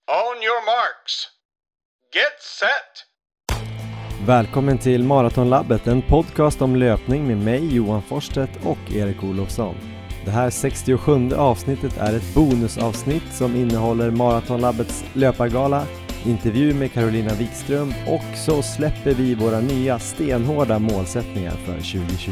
On your marks. Get set! Välkommen till Maratonlabbet, en podcast om löpning med mig Johan Forsstedt och Erik Olofsson. Det här 67:e avsnittet är ett bonusavsnitt som innehåller Maratonlabbets löpargala, intervju med Carolina Wikström och så släpper vi våra nya stenhårda målsättningar för 2020.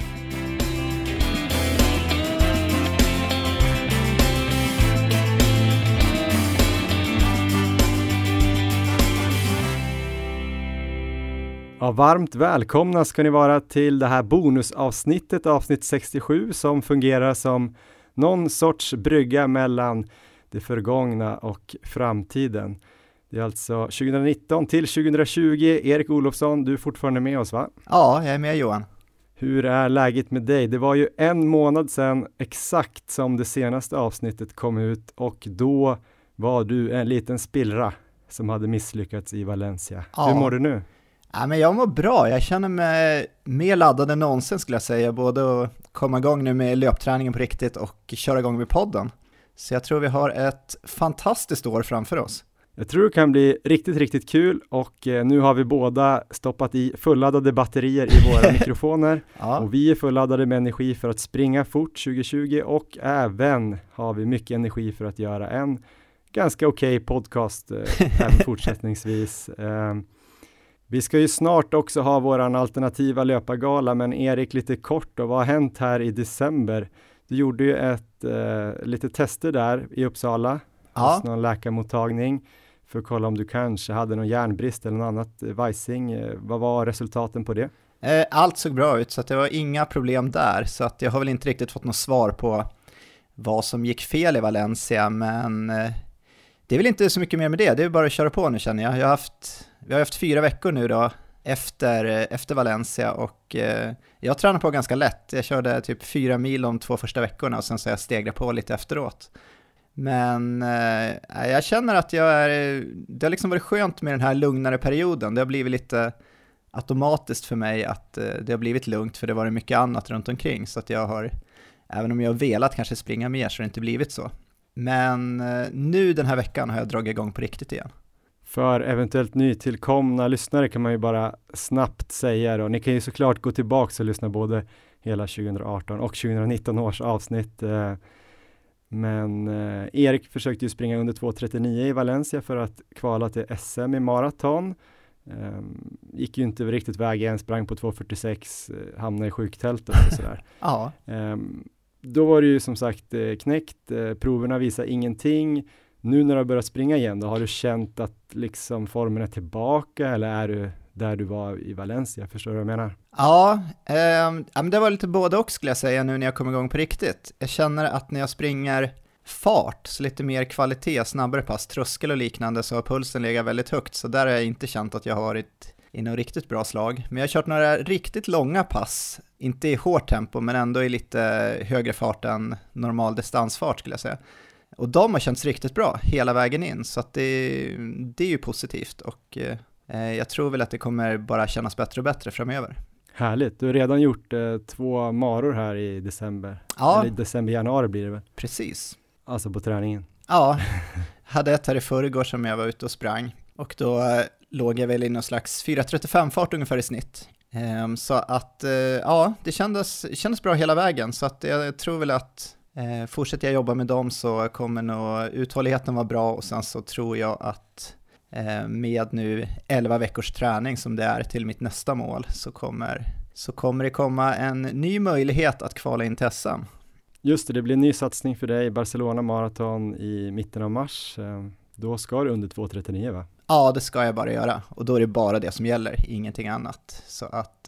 Ja, varmt välkomna ska ni vara till det här bonusavsnittet, avsnitt 67, som fungerar som någon sorts brygga mellan det förgångna och framtiden. Det är alltså 2019 till 2020. Erik Olofsson, du är fortfarande med oss, va? Ja, jag är med, Johan. Hur är läget med dig? Det var ju en månad sedan exakt som det senaste avsnittet kom ut och då var du en liten spillra som hade misslyckats i Valencia. Ja. Hur mår du nu? Ja, men jag mår bra. Jag känner mig mer laddad än någonsin, skulle jag säga. Både att komma igång nu med löpträningen på riktigt och köra igång med podden. Så jag tror vi har ett fantastiskt år framför oss. Jag tror det kan bli riktigt, riktigt kul och nu har vi båda stoppat i fulladdade batterier i våra mikrofoner. Ja. Och vi är fulladdade med energi för att springa fort 2020 och även har vi mycket energi för att göra en ganska okej podcast även fortsättningsvis. Vi ska ju snart också ha våran alternativa löpargala, men Erik, lite kort och vad har hänt här i december? Du gjorde ju lite tester där i Uppsala, Ja. någon läkarmottagning för att kolla om du kanske hade någon järnbrist eller något annat vajsing. Vad var resultaten på det? Allt såg bra ut, så att det var inga problem där. Så att jag har väl inte riktigt fått något svar på vad som gick fel i Valencia, men det är väl inte så mycket mer med det. Det är bara att köra på nu, känner jag. Vi har haft 4 veckor nu då efter Valencia och jag tränar på ganska lätt. Jag körde typ 4 mil de 2 första veckorna och sen så jag stegrat på lite efteråt. Men jag känner att det har liksom varit skönt med den här lugnare perioden. Det har blivit lite automatiskt för mig att det har blivit lugnt, för det var mycket annat runt omkring. Så att jag har, även om jag har velat kanske springa mer, så har det inte blivit så. Men nu den här veckan har jag dragit igång på riktigt igen. För eventuellt nytillkomna lyssnare kan man ju bara snabbt säga då. Ni kan ju såklart gå tillbaka och lyssna både hela 2018 och 2019 års avsnitt. Men Erik försökte ju springa under 2:39 i Valencia för att kvala till SM i maraton. Gick ju inte riktigt vägen, sprang på 2:46, hamnade i sjuktältet och sådär. Ja. Då var det ju som sagt knäckt, proverna visar ingenting. Nu när du har börjat springa igen, då har du känt att liksom formen är tillbaka, eller är du där du var i Valencia? Förstår du vad jag menar? Ja, men det var lite både och, skulle jag säga, nu när jag kom igång på riktigt. Jag känner att när jag springer fart, så lite mer kvalitet, snabbare pass, tröskel och liknande, så har pulsen legat väldigt högt. Så där har jag inte känt att jag har varit i något riktigt bra slag. Men jag har kört några riktigt långa pass, inte i hårt tempo, men ändå i lite högre fart än normal distansfart, skulle jag säga. Och de har känts riktigt bra hela vägen in, så att det är ju positivt och jag tror väl att det kommer bara kännas bättre och bättre framöver. Härligt, du har redan gjort 2 maror här i december. Ja. Eller december-januari blir det väl? Precis. Alltså på träningen. Ja, hade ett här i förrgår som jag var ute och sprang och då låg jag väl i någon slags 4:35-fart ungefär i snitt. Så att ja, det kändes bra hela vägen, så att jag tror väl att fortsätter jag jobba med dem så kommer nog uthålligheten vara bra, och sen så tror jag att med nu 11 veckors träning som det är till mitt nästa mål så kommer det komma en ny möjlighet att kvala in till SM. Just det blir en ny satsning för dig, Barcelona Marathon i mitten av mars. Då ska du under 2:39, va? Ja, det ska jag bara göra, och då är det bara det som gäller, ingenting annat. Så att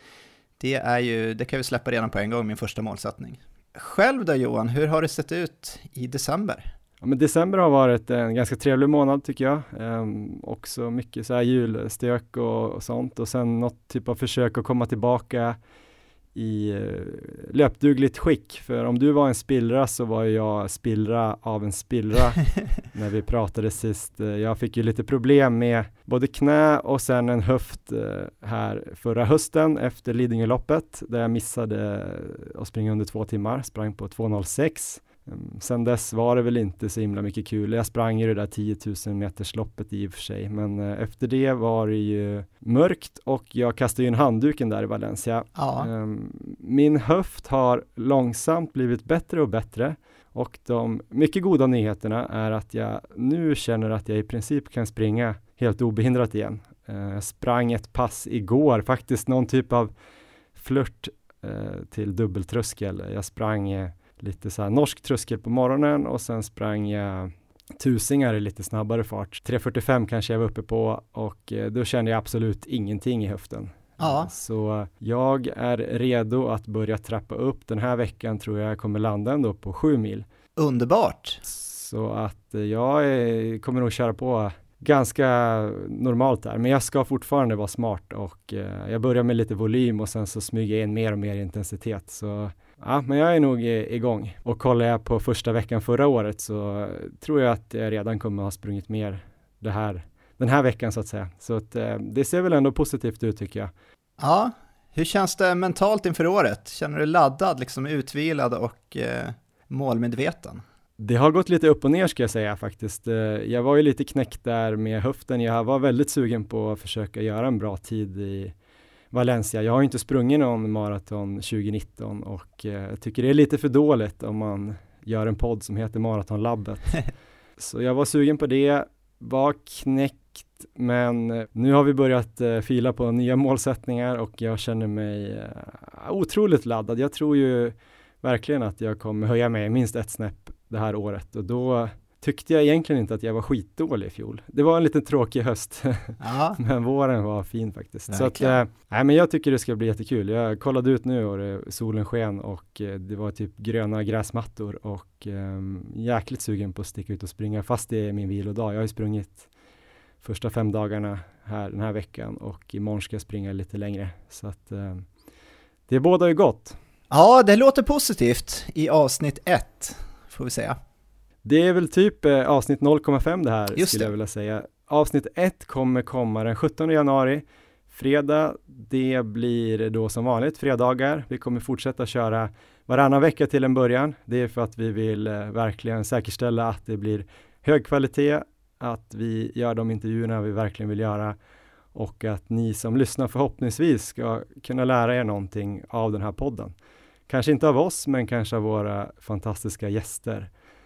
det kan vi släppa redan på en gång, min första målsättning. Själv då, Johan, hur har det sett ut i december? Ja, men december har varit en ganska trevlig månad, tycker jag. Också mycket så här julstök och sånt, och sen något typ av försök att komma tillbaka i löpdugligt skick. För om du var en spillra så var jag spillra av en spillra när vi pratade sist. Jag fick ju lite problem med både knä och sen en höft här förra hösten efter Lidingöloppet, där jag missade att springa under 2 timmar, sprang på 2:06. Sen dess var det väl inte så himla mycket kul. Jag sprang i det där 10 000 meters loppet i och för sig. Men efter det var det ju mörkt och jag kastade ju in handduken där i Valencia. Ja. Min höft har långsamt blivit bättre och bättre. Och de mycket goda nyheterna är att jag nu känner att jag i princip kan springa helt obehindrat igen. Jag sprang ett pass igår, faktiskt någon typ av flört till dubbeltröskel. Jag sprang lite så här norsk tröskel på morgonen och sen sprang jag tusingar i lite snabbare fart. 3:45 kanske jag var uppe på och då kände jag absolut ingenting i höften. Ja. Så jag är redo att börja trappa upp. Den här veckan tror jag kommer landa ändå på 7 mil. Underbart! Så att jag kommer nog köra på ganska normalt där. Men jag ska fortfarande vara smart och jag börjar med lite volym och sen så smyger jag in mer och mer intensitet. Så ja, men jag är nog igång. Och kollar jag på första veckan förra året så tror jag att jag redan kommer ha sprungit mer den här veckan så att säga. Så att, det ser väl ändå positivt ut tycker jag. Ja, hur känns det mentalt inför året? Känner du laddad, liksom utvilad och målmedveten? Det har gått lite upp och ner ska jag säga faktiskt. Jag var ju lite knäckt där med höften. Jag var väldigt sugen på att försöka göra en bra tid i Valencia. Jag har inte sprungit någon maraton 2019 och jag tycker det är lite för dåligt om man gör en podd som heter Maratonlabbet. Så jag var sugen på det, var knäckt, men nu har vi börjat fila på nya målsättningar och jag känner mig otroligt laddad. Jag tror ju verkligen att jag kommer höja mig minst ett snäpp det här året och då tyckte jag egentligen inte att jag var skitdålig i fjol. Det var en lite tråkig höst, men våren var fin faktiskt. Verkligen. Så att, men jag tycker det ska bli jättekul. Jag kollade ut nu och solen sken och det var typ gröna gräsmattor och jäkligt sugen på att sticka ut och springa fast det är min vilodag. Jag har ju sprungit första 5 dagarna den här veckan och imorgon ska jag springa lite längre. Så att det båda är gott. Ja, det låter positivt i avsnitt 1 får vi säga. Det är väl typ avsnitt 0,5 det här Just skulle det. jag vilja säga. Avsnitt 1 kommer komma den 17 januari. Fredag, det blir då som vanligt fredagar. Vi kommer fortsätta köra varannan vecka till en början. Det är för att vi vill verkligen säkerställa att det blir hög kvalitet, att vi gör de intervjuerna vi verkligen vill göra och att ni som lyssnar förhoppningsvis ska kunna lära er någonting av den här podden. Kanske inte av oss, men kanske av våra fantastiska gäster.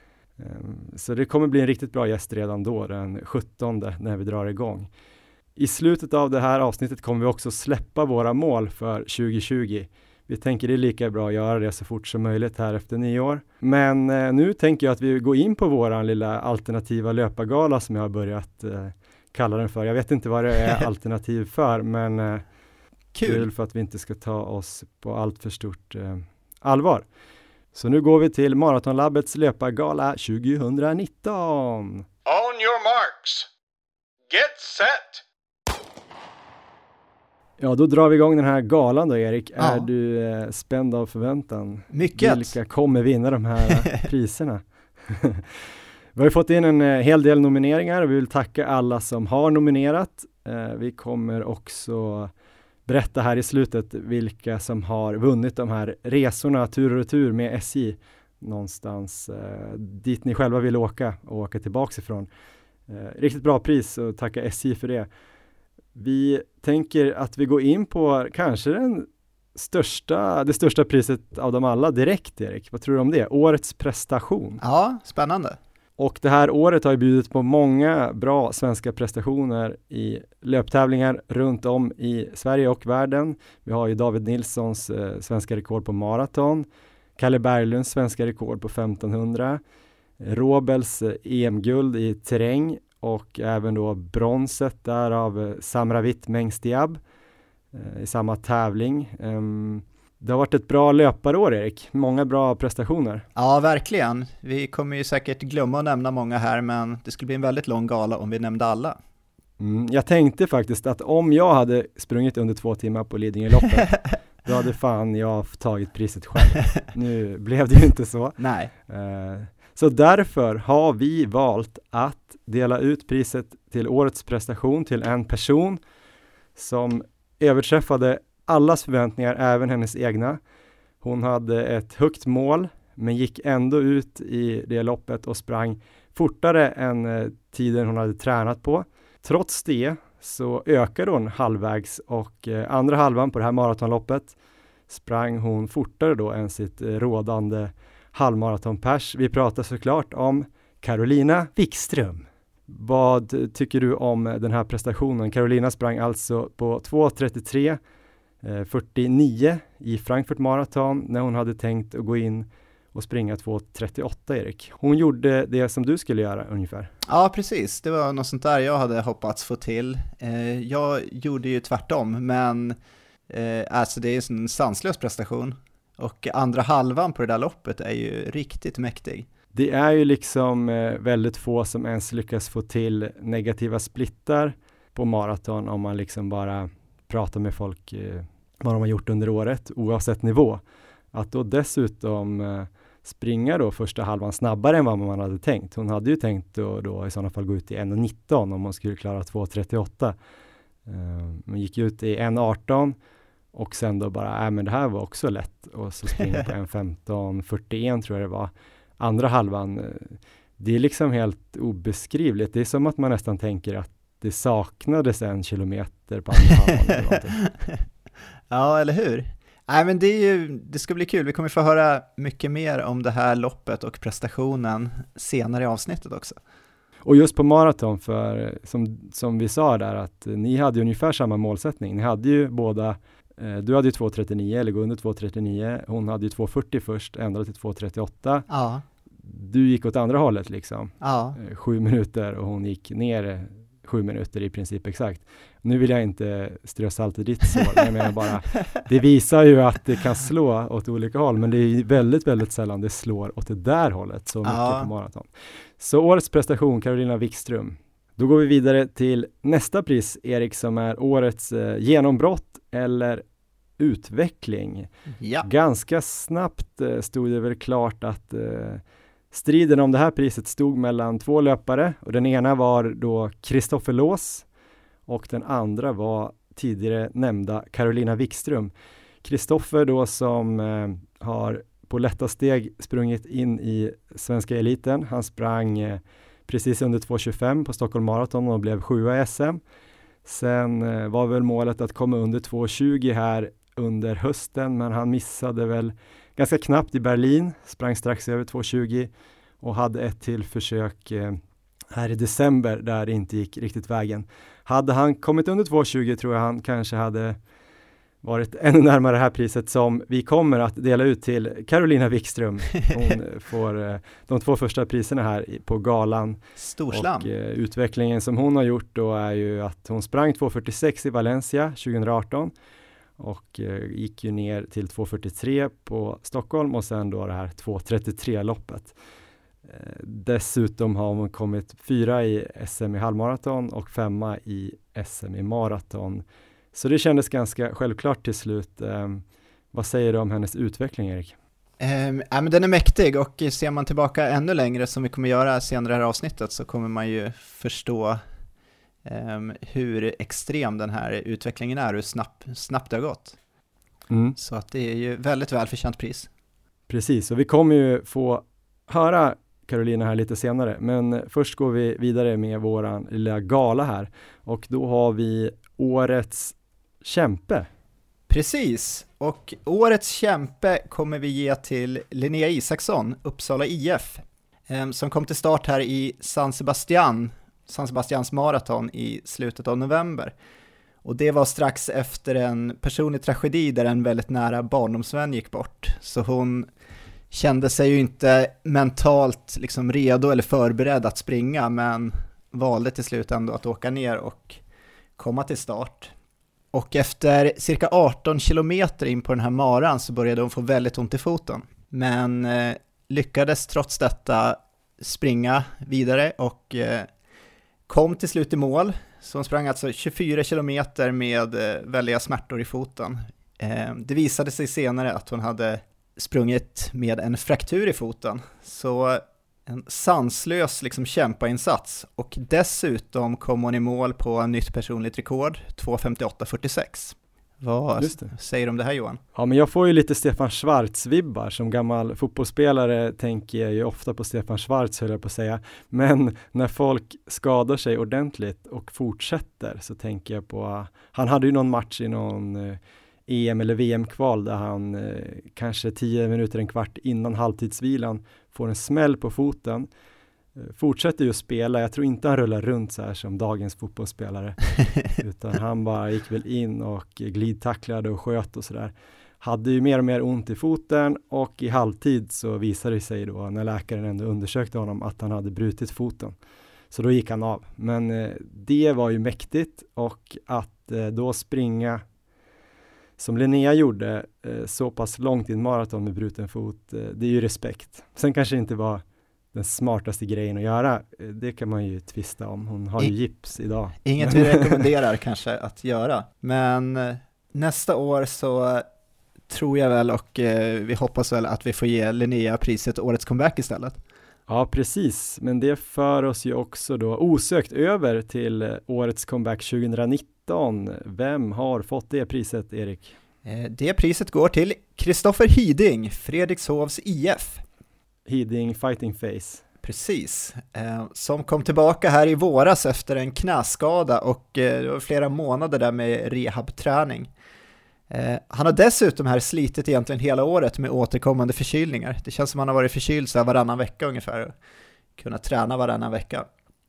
Så det kommer bli en riktigt bra gäst redan då, den 17 när vi drar igång. I slutet av det här avsnittet kommer vi också släppa våra mål för 2020. Vi tänker det är lika bra att göra det så fort som möjligt här efter nyår. Men nu tänker jag att vi går in på våran lilla alternativa löpargala som jag har börjat kalla den för. Jag vet inte vad det är alternativ för, men kul för att vi inte ska ta oss på allt för stort allvar. Så nu går vi till Maratonlabbets löpargala 2019. On your marks. Get set. Ja, då drar vi igång den här galan då, Erik. Ja. Är du spänd av förväntan? Mycket. Vilka kommer vinna de här priserna? Vi har ju fått in en hel del nomineringar och vi vill tacka alla som har nominerat. Vi kommer också berätta här i slutet vilka som har vunnit de här resorna tur och retur med SJ någonstans dit ni själva vill åka och åka tillbaka ifrån. Riktigt bra pris och tacka SJ för det. Vi tänker att vi går in på kanske det största priset av dem alla direkt, Erik. Vad tror du om det? Årets prestation. Ja, spännande. Och det här året har ju bjudit på många bra svenska prestationer i löptävlingar runt om i Sverige och världen. Vi har ju David Nilssons svenska rekord på maraton, Kalle Berglunds svenska rekord på 1500, Robels EM-guld i terräng och även då bronset där av Samravit Mengstiab i samma tävling. Det har varit ett bra löparår, Erik. Många bra prestationer. Ja, verkligen. Vi kommer ju säkert glömma att nämna många här, men det skulle bli en väldigt lång gala om vi nämnde alla. Jag tänkte faktiskt att om jag hade sprungit under 2 timmar på Lidingöloppet, då hade fan jag tagit priset själv. Nu blev det ju inte så. Nej. Så därför har vi valt att dela ut priset till årets prestation till en person som överträffade allas förväntningar, även hennes egna. Hon hade ett högt mål men gick ändå ut i det loppet och sprang fortare än tiden hon hade tränat på. Trots det så ökade hon halvvägs och andra halvan på det här maratonloppet sprang hon fortare då än sitt rådande halvmaratonpers. Vi pratar såklart om Carolina Wikström. Vad tycker du om den här prestationen? Carolina sprang alltså på 2:33,49 i Frankfurt Marathon när hon hade tänkt att gå in och springa 2:38, Erik. Hon gjorde det som du skulle göra ungefär. Ja, precis. Det var något sånt där jag hade hoppats få till. Jag gjorde ju tvärtom, men alltså det är en sanslös prestation. Och andra halvan på det där loppet är ju riktigt mäktig. Det är ju liksom väldigt få som ens lyckas få till negativa splittar på maraton om man liksom bara pratar med folk vad de har gjort under året oavsett nivå. Att då dessutom springa då första halvan snabbare än vad man hade tänkt. Hon hade ju tänkt då i sådana fall gå ut i 1:19 om man skulle klara 2:38. Man gick ut i 1:18 och sen då bara, men det här var också lätt. Och så springa på 1:15,41 tror jag det var. Andra halvan, det är liksom helt obeskrivligt. Det är som att man nästan tänker att det saknades 1 kilometer på andra halvan. Eller någonting. Ja, eller hur? Nej, men det ska bli kul. Vi kommer få höra mycket mer om det här loppet och prestationen senare i avsnittet också. Och just på maraton, för som vi sa där, att ni hade ungefär samma målsättning. Ni hade ju båda, du hade ju 2:39 eller gå under 2:39. Hon hade ju 2:40 först, ändrade till 2:38. Ja. Du gick åt andra hållet liksom. Ja. 7 minuter och hon gick ner 7 minuter i princip exakt. Nu vill jag inte strö salt i ditt sår, men jag menar bara, det visar ju att det kan slå åt olika håll, men det är väldigt, väldigt sällan det slår åt det där hållet så mycket på maraton. Så årets prestation, Carolina Wikström. Då går vi vidare till nästa pris, Erik, som är årets genombrott eller utveckling. Ja. Ganska snabbt stod det väl klart att striden om det här priset stod mellan 2 löpare och den ena var då Kristoffer Loos och den andra var tidigare nämnda Carolina Wikström. Kristoffer då som har på lätta steg sprungit in i svenska eliten. Han sprang precis under 2:25 på Stockholm Marathon och blev 7 i SM. Sen var väl målet att komma under 2:20 här under hösten, men han missade väl ganska knappt i Berlin, sprang strax över 2:20 och hade ett till försök här i december där det inte gick riktigt vägen. Hade han kommit under 2:20 tror jag han kanske hade varit ännu närmare det här priset som vi kommer att dela ut till Carolina Wikström. Hon får de 2 första priserna här på galan. Storslam. Och utvecklingen som hon har gjort då är ju att hon sprang 2:46 i Valencia 2018 och gick ju ner till 2:43 på Stockholm och sen då det här 2:33-loppet. Dessutom har hon kommit 4 i SM i halvmaraton och 5 i SM i maraton. Så det kändes ganska självklart till slut. Vad säger du om hennes utveckling, Erik? Men den är mäktig och ser man tillbaka ännu längre som vi kommer göra senare i det här avsnittet så kommer man ju förstå hur extrem den här utvecklingen är och hur snabbt det har gått. Så att det är ju väldigt välförtjänt pris. Precis, och vi kommer ju få höra Carolina här lite senare, men först går vi vidare med våran lilla gala här och då har vi årets kämpe. Precis, och årets kämpe kommer vi ge till Linnea Isaksson, Uppsala IF, som kom till start här i San Sebastians maraton i slutet av november. Och det var strax efter en personlig tragedi där en väldigt nära barndomsvän gick bort. Så hon kände sig ju inte mentalt liksom redo eller förberedd att springa, men valde till slut ändå att åka ner och komma till start. Och efter cirka 18 kilometer in på den här maran så började hon få väldigt ont i foten. Men lyckades trots detta springa vidare och kom till slut i mål. Så hon sprang alltså 24 kilometer med väldiga smärtor i foten. Det visade sig senare att hon hade sprungit med en fraktur i foten. Så en sanslös liksom kämpainsats. Och dessutom kom hon i mål på en nytt personligt rekord, 2:58,46. Vad säger du om det här, Johan? Ja, men jag får ju lite Stefan Schwarz-vibbar. Som gammal fotbollsspelare tänker jag ju ofta på Stefan Schwarz, höll jag på att säga. Men när folk skadar sig ordentligt och fortsätter så tänker jag på, han hade ju någon match i någon EM eller VM-kval där han kanske 10 minuter, en kvart innan halvtidsvilan får en smäll på foten. Fortsätter ju att spela. Jag tror inte han rullar runt så här som dagens fotbollsspelare. Utan han bara gick väl in och glidtacklade och sköt och sådär. Hade ju mer och mer ont i foten och i halvtid så visade det sig då när läkaren ändå undersökte honom att han hade brutit foten. Så då gick han av. Men det var ju mäktigt, och att då springa som Linnea gjorde så pass långt i en maraton med bruten fot, det är ju respekt. Sen kanske det inte var den smartaste grejen att göra. Det kan man ju tvista om. Hon har ju gips idag. Inget vi rekommenderar kanske att göra. Men nästa år så tror jag väl, och vi hoppas väl att vi får ge Linnea priset Årets comeback istället. Ja, precis. Men det för oss ju också då osökt över till Årets comeback 2019. Vem har fått det priset, Erik? Det priset går till Kristoffer Hiding, Fredrikshovs IF. Hiding Fighting Face. Precis. Som kom tillbaka här i våras efter en knäskada, och det var flera månader där med rehabträning. Han har dessutom här slitit egentligen hela året med återkommande förkylningar. Det känns som han har varit förkyld så här varannan vecka ungefär och kunnat träna varannan vecka.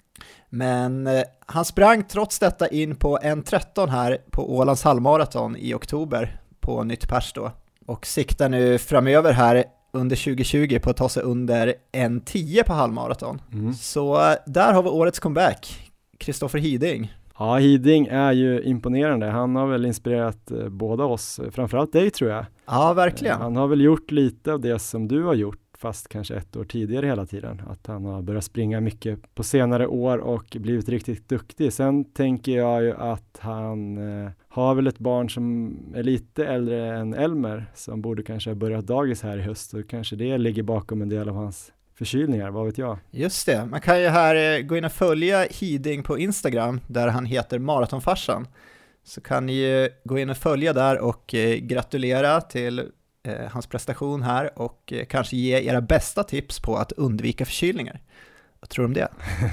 Men han sprang trots detta in på 1:13 här på Ålands halvmaraton i oktober på nytt pers då. Och siktar nu framöver här under 2020 på att ta sig under 1:10 på halvmaraton. Så där har vi årets comeback, Kristoffer Hiding. Ja, Hiding är ju imponerande. Han har väl inspirerat båda oss, framförallt dig tror jag. Ja, verkligen. Han har väl gjort lite av det som du har gjort, fast kanske 1 år tidigare hela tiden. Att han har börjat springa mycket på senare år och blivit riktigt duktig. Sen tänker jag ju att han har väl ett barn som är lite äldre än Elmer, som borde kanske ha börjat dagis här i höst. Och kanske det ligger bakom en del av hans förkylningar, vad vet jag. Just det, man kan ju här gå in och följa Hiding på Instagram där han heter Maratonfarsan. Så kan ni ju gå in och följa där och gratulera till hans prestation här och kanske ge era bästa tips på att undvika förkylningar. Vad tror du om det?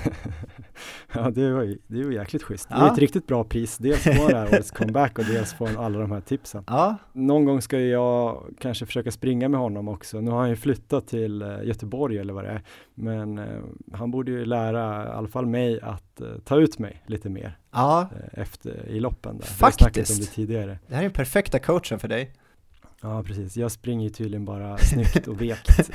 Ja, det var ju jäkligt schysst. Ja. Det är ett riktigt bra pris. Dels får det här årets comeback och dels får alla de här tipsen. Ja. Någon gång ska jag kanske försöka springa med honom också. Nu har han ju flyttat till Göteborg eller vad det är. Men han borde ju lära i alla fall mig att ta ut mig lite mer efter i loppen. Där. Faktiskt. Om det tidigare. Det här är den perfekta coachen för dig. Ja, precis. Jag springer tydligen bara snyggt och vekt.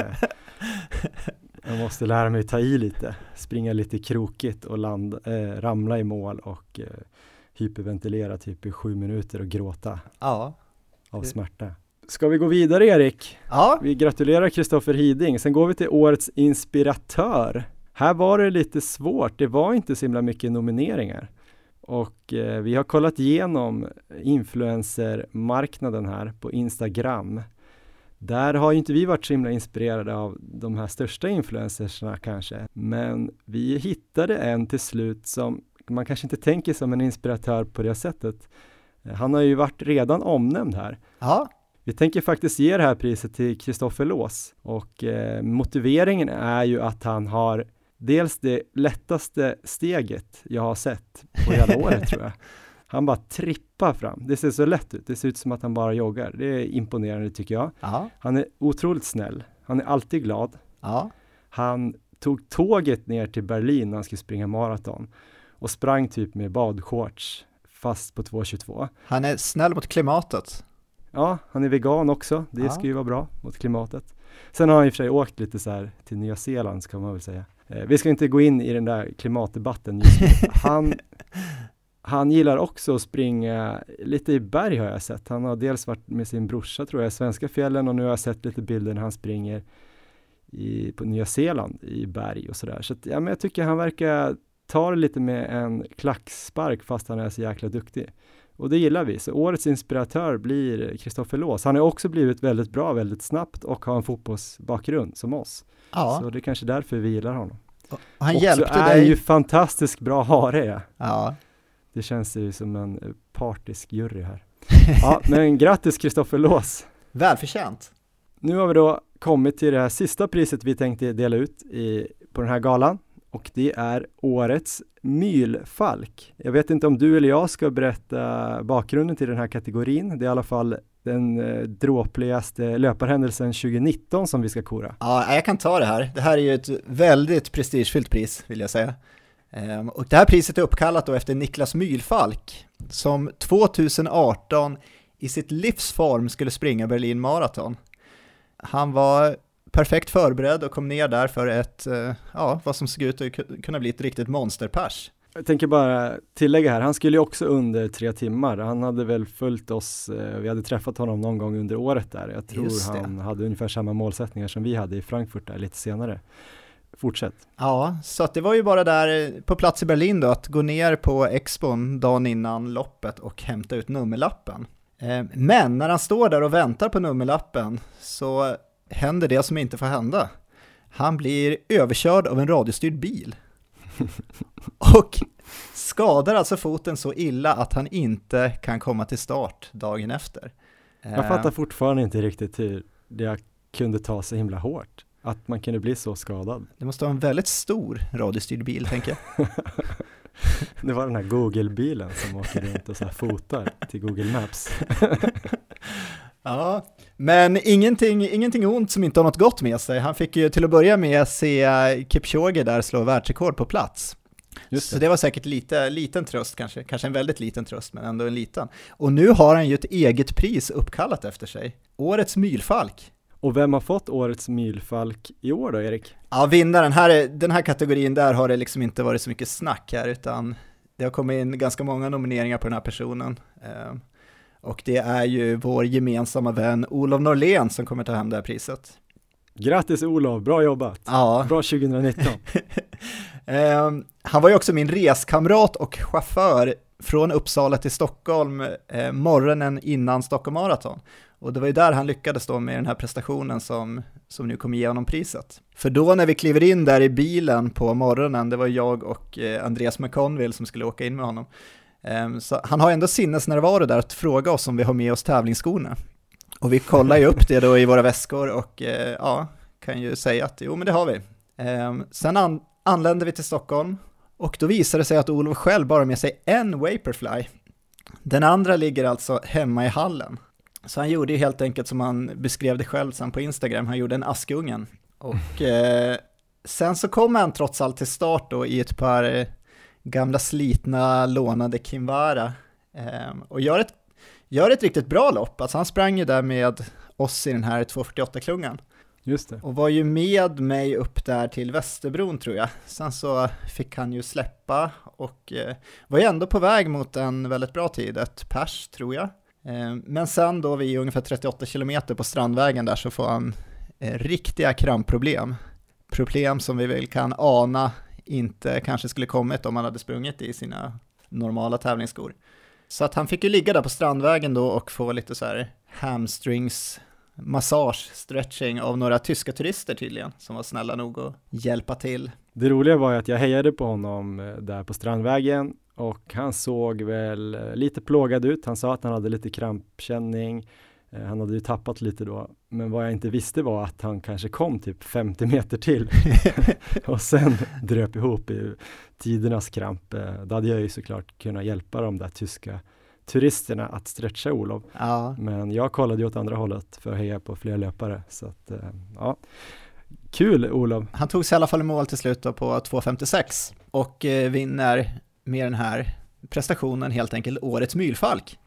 Jag måste lära mig ta i lite, springa lite krokigt och ramla i mål och hyperventilera typ i 7 minuter och gråta av smärta. Ska vi gå vidare, Erik? Ja. Vi gratulerar Kristoffer Hiding. Sen går vi till årets inspiratör. Här var det lite svårt. Det var inte så himla mycket nomineringar. Och vi har kollat igenom influencermarknaden här på Instagram. Där har ju inte vi varit så himla inspirerade av de här största influencersna kanske. Men vi hittade en till slut som man kanske inte tänker som en inspiratör på det sättet. Han har ju varit redan omnämnd här. Ja. Vi tänker faktiskt ge det här priset till Kristoffer Lås. Och motiveringen är ju att han har dels det lättaste steget jag har sett på hela året tror jag. Han bara trippar fram. Det ser så lätt ut. Det ser ut som att han bara joggar. Det är imponerande tycker jag. Aha. Han är otroligt snäll. Han är alltid glad. Aha. Han tog tåget ner till Berlin när han skulle springa maraton. Och sprang typ med badshorts fast på 2:22. Han är snäll mot klimatet. Ja, han är vegan också. Det ska ju vara bra mot klimatet. Sen har han i och för sig åkt lite så här till Nya Zeeland ska man väl säga. Vi ska inte gå in i den där klimatdebatten just nu. Han gillar också att springa lite i berg har jag sett. Han har dels varit med sin brorsa tror jag i svenska fjällen och nu har jag sett lite bilder när han springer på Nya Zeeland i berg och sådär. Så att, men jag tycker han verkar ta det lite med en klackspark fast han är så jäkla duktig. Och det gillar vi. Så årets inspiratör blir Kristoffer Lås. Han har också blivit väldigt bra, väldigt snabbt och har en fotbollsbakgrund som oss. Ja. Så det är kanske därför vi gillar honom. Och han hjälpte dig. Är ju fantastiskt bra hare. Ja. Det känns ju som en partisk jury här. Ja, men grattis Kristoffer Lås. Välförtjänt. Nu har vi då kommit till det här sista priset vi tänkte dela ut på den här galan. Och det är årets mylfalk. Jag vet inte om du eller jag ska berätta bakgrunden till den här kategorin. Det är i alla fall den dråpligaste löparhändelsen 2019 som vi ska kora. Ja, jag kan ta det här. Det här är ju ett väldigt prestigefyllt pris vill jag säga. Och det här priset är uppkallat då efter Niklas Mylfalk som 2018 i sitt livsform skulle springa Berlin Marathon. Han var perfekt förberedd och kom ner där för ett, vad som såg ut att kunna bli ett riktigt monsterpers. Jag tänker bara tillägga här, han skulle ju också under 3 timmar. Han hade väl följt oss, vi hade träffat honom någon gång under året där. Jag tror han hade ungefär samma målsättningar som vi hade i Frankfurt där lite senare. Fortsätt. Ja, så att det var ju bara där på plats i Berlin då att gå ner på Expon dagen innan loppet och hämta ut nummerlappen. Men när han står där och väntar på nummerlappen så händer det som inte får hända. Han blir överkörd av en radiostyrd bil. Och skadar alltså foten så illa att han inte kan komma till start dagen efter. Jag fattar fortfarande inte riktigt hur det kunde ta så himla hårt. Att man kunde bli så skadad. Det måste vara en väldigt stor radiostyrd bil, tänker jag. Det var den här Google-bilen som åker runt och så här fotar till Google Maps. Ja, men ingenting ont som inte har något gott med sig. Han fick ju till att börja med se Kipchoge där slå världsrekord på plats. Just det. Så det var säkert liten tröst kanske en väldigt liten tröst, men ändå en liten. Och nu har han ju ett eget pris uppkallat efter sig. Årets mylfalk. Och vem har fått årets mylfalk i år då, Erik? Ja, vinnaren, den här kategorin där har det liksom inte varit så mycket snack här, utan det har kommit in ganska många nomineringar på den här personen. Och det är ju vår gemensamma vän Olof Norlén som kommer ta hem det här priset. Grattis Olof, bra jobbat. Ja. Bra 2019. Han var ju också min reskamrat och chaufför från Uppsala till Stockholm morgonen innan Stockholm Marathon. Och det var ju där han lyckades då med den här prestationen som nu kommer ge honom priset. För då när vi kliver in där i bilen på morgonen, det var jag och Andreas McConville som skulle åka in med honom. Så han har ändå sinnesnärvaro där att fråga oss om vi har med oss tävlingsskorna. Och vi kollar ju upp det då i våra väskor och kan ju säga att jo, men det har vi. Sen anländer vi till Stockholm och då visar det sig att Olof själv bara har med sig en Vaporfly. Den andra ligger alltså hemma i hallen. Så han gjorde ju helt enkelt som han beskrev det själv sen på Instagram, han gjorde en Askungen. Och sen så kom han trots allt till start då i ett par gamla slitna lånade Kinvara och gör ett riktigt bra lopp. Alltså han sprang ju där med oss i den här 2:48-klungan. Just det. Och var ju med mig upp där till Västerbron tror jag. Sen så fick han ju släppa och var ju ändå på väg mot en väldigt bra tid, ett pers tror jag. Men sen då vid ungefär 38 kilometer på Strandvägen där så får han riktiga krampproblem. Problem som vi väl kan ana inte kanske skulle kommit om han hade sprungit i sina normala tävlingsskor. Så att han fick ju ligga där på Strandvägen då och få lite så här hamstrings massage, stretching av några tyska turister tydligen som var snälla nog att hjälpa till. Det roliga var ju att jag hejade på honom där på Strandvägen och han såg väl lite plågad ut. Han sa att han hade lite krampkänning. Han hade ju tappat lite då. Men vad jag inte visste var att han kanske kom typ 50 meter till. Och sen dröp ihop i tidernas kramp. Då hade jag ju såklart kunnat hjälpa de där tyska turisterna att stretcha Olof. Ja. Men jag kollade ju åt andra hållet för att heja på fler löpare. Så att, ja. Kul Olof. Han tog sig i alla fall i mål till slut på 2:56 och vinner med den här prestationen helt enkelt årets mylfalk.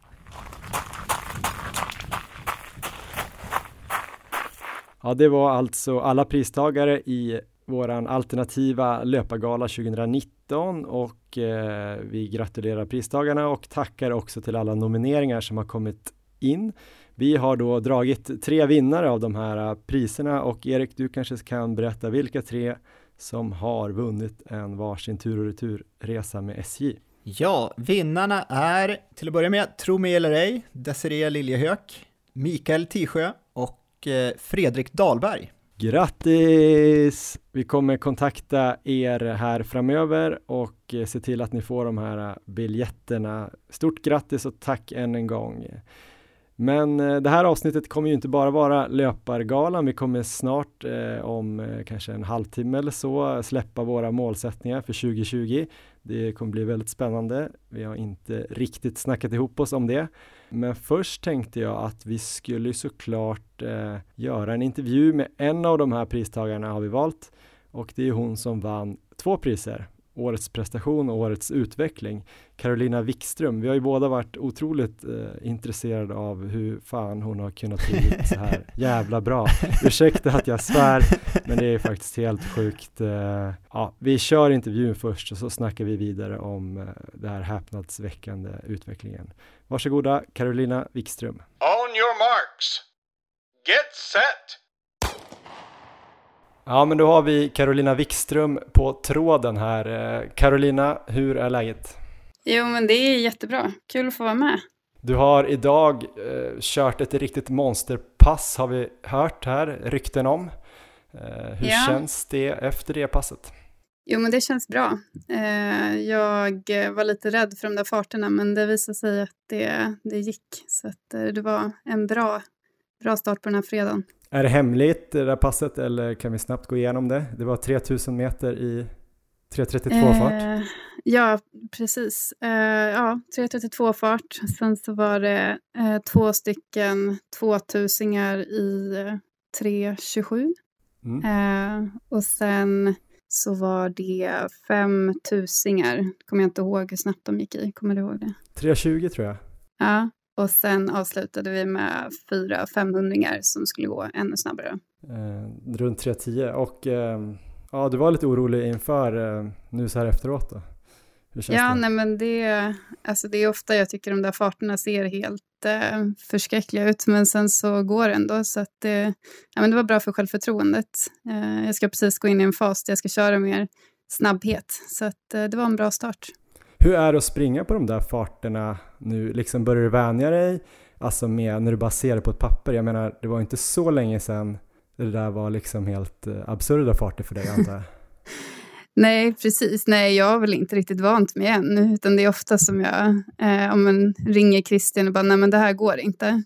Ja, det var alltså alla pristagare i våran alternativa löpargala 2019 och vi gratulerar pristagarna och tackar också till alla nomineringar som har kommit in. Vi har då dragit 3 vinnare av de här priserna och Erik, du kanske kan berätta vilka 3 som har vunnit en varsin tur- och returresa med SJ. Ja, vinnarna är till att börja med, tro mig eller ej, Desiree Liljehök, Mikael Tisjö och Fredrik Dahlberg. Grattis! Vi kommer kontakta er här framöver och se till att ni får de här biljetterna. Stort grattis och tack än en gång. Men det här avsnittet kommer ju inte bara vara löpargalan. Vi kommer snart om kanske en halvtimme eller så släppa våra målsättningar för 2020. Det kommer bli väldigt spännande. Vi har inte riktigt snackat ihop oss om det. Men först tänkte jag att vi skulle såklart göra en intervju med en av de här pristagarna har vi valt. Och det är hon som vann 2 priser. Årets prestation och årets utveckling. Carolina Wikström. Vi har ju båda varit otroligt intresserade av hur fan hon har kunnat bli så här jävla bra. Ursäkta att jag svär, men det är faktiskt helt sjukt. Ja, vi kör intervjun först och så snackar vi vidare om det här häpnadsväckande utvecklingen. Varsågoda, Carolina Wikström. On your marks. Get set. Ja, men då har vi Carolina Wikström på tråden här. Carolina, hur är läget? Jo, men det är jättebra. Kul att få vara med. Du har idag kört ett riktigt monsterpass har vi hört här, rykten om. Hur känns det efter det passet? Jo, men det känns bra. Jag var lite rädd för de där farterna, men det visade sig att det gick. Så att det var en bra start på den här fredagen. Är det hemligt det där passet eller kan vi snabbt gå igenom det? Det var 3000 meter i 3.32 fart. Ja, precis. 3.32 fart. Sen så var det 2 stycken 2000-ingar i 3.27. Och sen så var det 5000-ingar. Kommer jag inte ihåg hur snabbt de gick i. Kommer du ihåg det? 3.20 tror jag. Ja. Och sen avslutade vi med 4 500-ingar som skulle gå ännu snabbare. Runt 3.10 och du var lite orolig inför nu så här efteråt då? Hur känns det? Nej men det är ofta jag tycker de där farterna ser helt förskräckliga ut men sen så går det ändå så att det var bra för självförtroendet. Jag ska precis gå in i en fas där jag ska köra mer snabbhet så att det var en bra start. Hur är det att springa på de där farterna nu? Liksom börjar du vänja dig? Alltså med när du bara ser det på ett papper. Jag menar, det var inte så länge sedan det där var liksom helt absurda farter för dig, antar jag. Nej, precis. Nej, jag har väl inte riktigt vant mig än. Utan det är ofta som jag om man ringer Christian och bara, nej men det här går inte.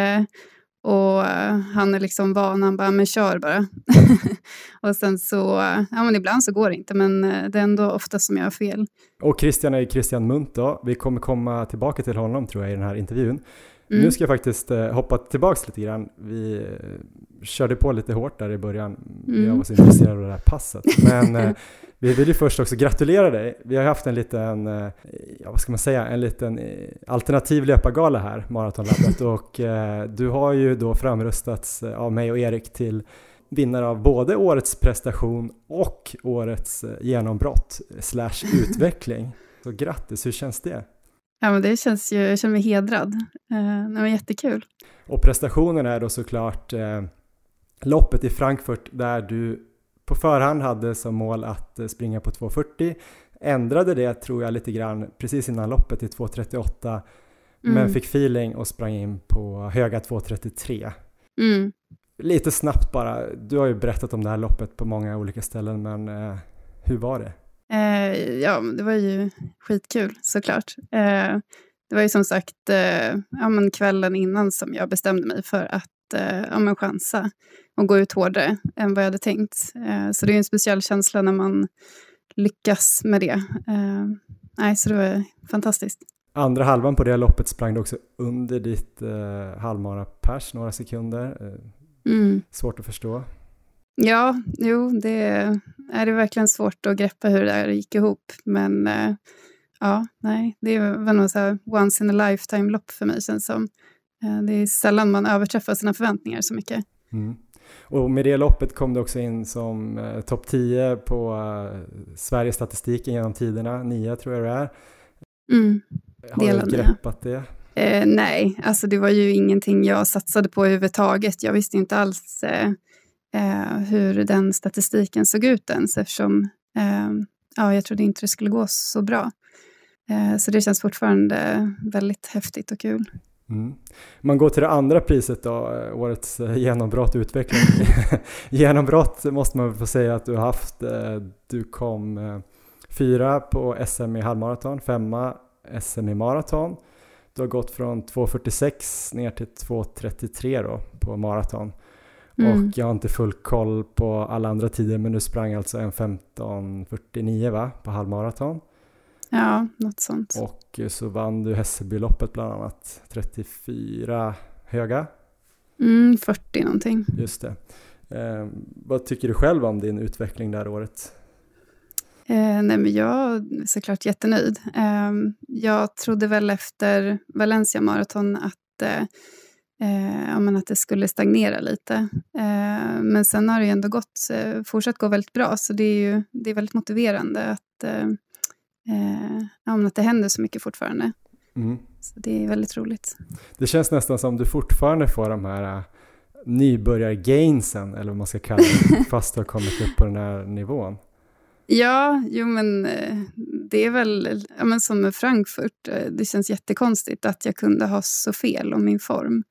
Och han är liksom van, han bara, men kör bara. Och sen så, men ibland så går det inte, men det är ändå ofta som jag har fel. Och Christian är ju Christian Munt då. Vi kommer komma tillbaka till honom tror jag i den här intervjun. Nu ska jag faktiskt hoppa tillbaka lite grann. Vi körde på lite hårt där i början. Jag var så intresserad av det här passet. Men vi vill ju först också gratulera dig. Vi har haft en liten, en liten alternativ löpargala här, Maratonlabbet. Och du har ju då framröstats av mig och Erik till vinnare av både årets prestation och årets genombrott / utveckling. Så grattis, hur känns det? Ja, men det känns ju, jag känner mig hedrad. Det var jättekul. Och prestationen är då såklart loppet i Frankfurt där du på förhand hade som mål att springa på 2.40. Ändrade det tror jag lite grann precis innan loppet till 2.38 men fick feeling och sprang in på höga 2.33. Lite snabbt bara, du har ju berättat om det här loppet på många olika ställen men hur var det? Det var ju skitkul såklart. Det var ju som sagt kvällen innan som jag bestämde mig för att chansa och gå ut hårdare än vad jag hade tänkt. Så det är en speciell känsla när man lyckas med det. Så det var fantastiskt. Andra halvan på det loppet sprang du också under ditt halvmara pers några sekunder. Svårt att förstå. Ja, det är verkligen svårt att greppa hur det där gick ihop. Men det var nog så här once in a lifetime lopp för mig känns som. Det är sällan man överträffar sina förväntningar så mycket. Och med det loppet kom du också in som topp 10 på Sveriges statistiken genom tiderna. 9 tror jag det är. Har du greppat det? Nej, alltså det var ju ingenting jag satsade på överhuvudtaget. Jag visste inte alls hur den statistiken såg ut ens eftersom jag trodde inte det skulle gå så bra. Så det känns fortfarande väldigt häftigt och kul. Man går till det andra priset då, årets genombrott och utveckling. Genombrott måste man få säga att du har haft. Du kom 4 på SM i halvmaraton, 5 SM i maraton. Du har gått från 2.46 ner till 2.33 då på maraton. Och jag har inte full koll på alla andra tider, men du sprang alltså en 15.49 va, på halvmaraton. Ja, något sånt. Och så vann du Hässelbyloppet bland annat, 34 höga. 40 någonting. Just det. Vad tycker du själv om din utveckling där året? Nej, men jag är såklart jättenöjd. Jag trodde väl efter Valencia maraton att det skulle stagnera lite. Men sen har det ju ändå fortsatt gå väldigt bra. Så det är väldigt motiverande att det händer så mycket fortfarande. Så det är väldigt roligt. Det känns nästan som du fortfarande får de här nybörjar-gainsen, eller vad man ska kalla det, fast du har kommit upp på den här nivån. Ja, men det är väl som med Frankfurt. Det känns jättekonstigt att jag kunde ha så fel om min form.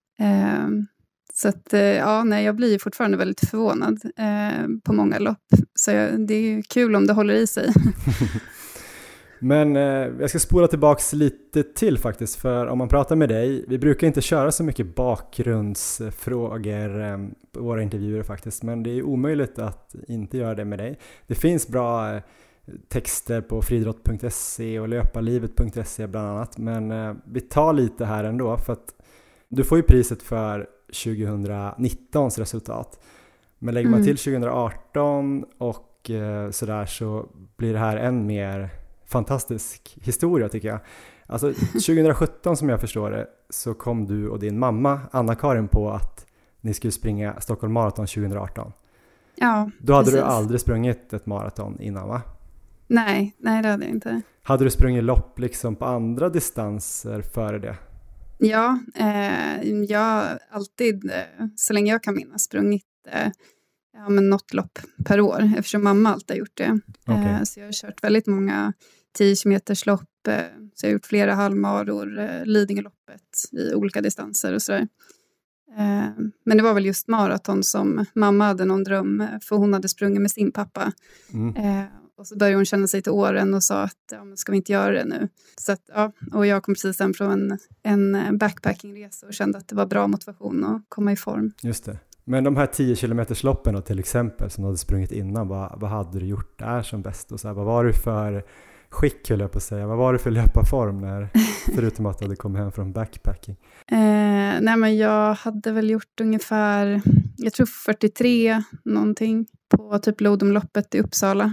Så att jag blir fortfarande väldigt förvånad på många lopp. Så det är kul om det håller i sig. Men jag ska spola tillbaks lite till faktiskt, för om man pratar med dig, vi brukar inte köra så mycket bakgrundsfrågor på våra intervjuer faktiskt, men det är omöjligt att inte göra det med dig. Det finns bra texter på friidrott.se och löparlivet.se bland annat, men vi tar lite här ändå, för att du får ju priset för 2019s resultat, men lägger man till 2018 och sådär, så blir det här än mer fantastisk historia tycker jag. Alltså 2017 som jag förstår det, så kom du och din mamma Anna-Karin på att ni skulle springa Stockholm Marathon 2018. Ja, då hade precis. Du aldrig sprungit ett maraton innan va? Nej, det hade jag inte. Hade du sprungit lopp liksom på andra distanser före det? Ja, jag har alltid, så länge jag kan minnas, sprungit något lopp per år, eftersom mamma alltid har gjort det. Okay. Så jag har kört väldigt många 10 kilometers lopp, så jag har gjort flera halvmaror, Lidingöloppet i olika distanser och sådär. Men det var väl just maraton som mamma hade någon dröm, för hon hade sprungit med sin pappa. Och så började hon känna sig till åren och sa att ska vi inte göra det nu? Så att, och jag kom precis hem från en backpackingresa och kände att det var bra motivation att komma i form. Just det. Men de här 10 kilometers loppen då, till exempel, som du hade sprungit innan, vad hade du gjort där som bäst? Och så här, vad var du för skick, höll jag på att säga? Vad var du för löparform förutom att du hade kommit hem från backpacking? Nej, men jag hade väl gjort ungefär, jag tror 43 någonting på typ Lodomloppet i Uppsala.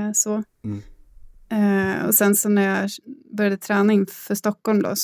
Och sen så när jag började träna inför Stockholm då,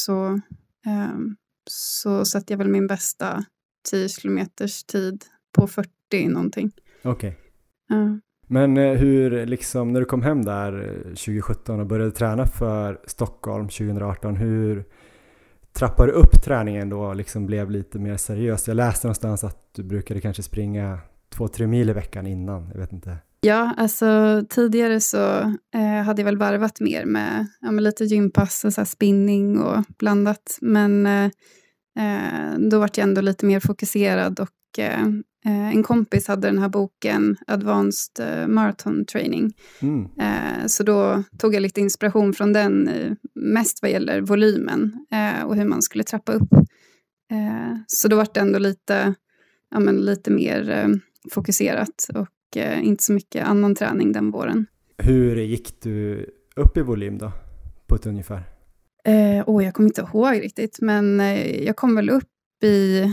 så satte jag väl min bästa 10 kilometers tid på 40 någonting. Okej. Men hur, liksom, när du kom hem där 2017 och började träna för Stockholm 2018, hur trappade du upp träningen då, liksom blev lite mer seriöst? Jag läste någonstans att du brukade kanske springa 2-3 mil i veckan innan, jag vet inte. Ja, alltså tidigare så hade jag väl varvat mer med lite gympass och så här spinning och blandat. Men då var jag ändå lite mer fokuserad, och en kompis hade den här boken Advanced Marathon Training. Så då tog jag lite inspiration från den, mest vad gäller volymen och hur man skulle trappa upp. Så då var det ändå lite mer fokuserat och inte så mycket annan träning den våren. Hur gick du upp i volym då, på ett ungefär? Jag kommer inte ihåg riktigt, men jag kom väl upp i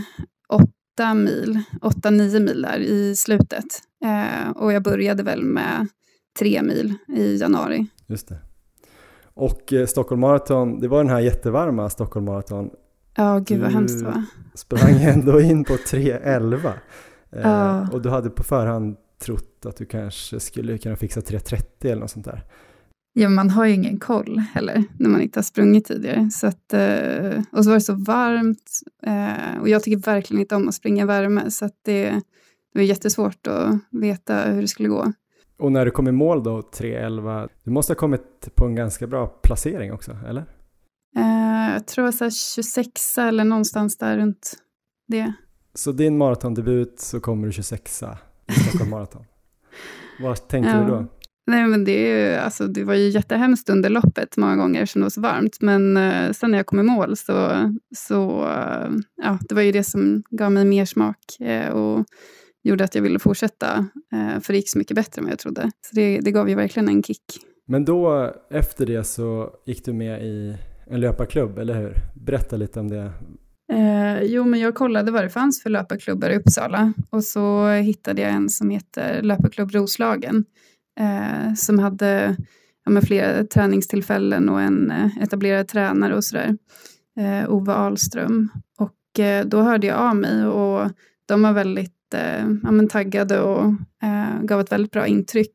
8-9 mil där i slutet. Och jag började väl med 3 mil i januari. Just det. Och Stockholm Marathon, det var den här jättevarma Stockholm Marathon. Ja, gud vad hemskt det var. Du sprang ändå in på 3:11. Och du hade på förhand trott att du kanske skulle kunna fixa 3:30 eller något sånt där. Ja, man har ju ingen koll heller när man inte har sprungit tidigare. Så att, och så var det så varmt. Och jag tycker verkligen inte om att springa värme. Så att det var jättesvårt att veta hur det skulle gå. Och när du kom i mål då, 3:11, du måste ha kommit på en ganska bra placering också, eller? Jag tror jag var 26 eller någonstans där runt det. Så din maratondebut så kommer du 26 i Stockholm Marathon. Vad tänkte du då? Nej, men det var ju jättehemskt under loppet många gånger som det var så varmt. Men sen när jag kom i mål så det var ju det som gav mig mer smak och gjorde att jag ville fortsätta. För det gick så mycket bättre än vad jag trodde. Så det gav ju verkligen en kick. Men då efter det så gick du med i en löparklubb, eller hur? Berätta lite om det. Jo, men jag kollade vad det fanns för löparklubbar i Uppsala. Och så hittade jag en som heter Löparklubb Roslagen. Som hade flera träningstillfällen och en etablerad tränare och sådär. Ove Ahlström. Och då hörde jag av mig och de var väldigt taggade och gav ett väldigt bra intryck.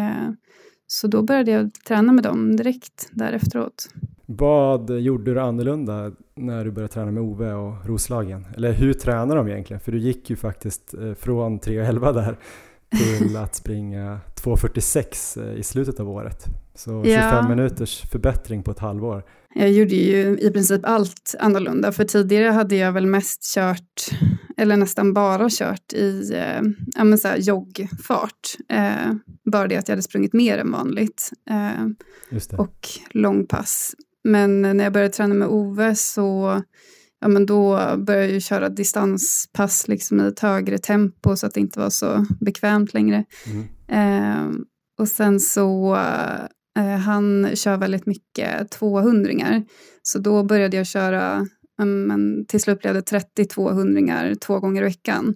Så då började jag träna med dem direkt därefteråt. Vad gjorde du annorlunda när du började träna med Ove och Roslagen? Eller hur tränar de egentligen? För du gick ju faktiskt från 3:11 där till att springa 2:46 i slutet av året. Så 25 minuters förbättring på ett halvår. Jag gjorde ju i princip allt annorlunda. För tidigare hade jag väl mest kört, eller nästan bara kört i joggfart. Bara det att jag hade sprungit mer än vanligt. Just det. Och långpass. Men när jag började träna med Ove så då började jag köra distanspass liksom i ett högre tempo så att det inte var så bekvämt längre. Och sen så han kör väldigt mycket 200-ringar. Så då började jag köra, till slut blev det 30 200-ringar 2 gånger i veckan.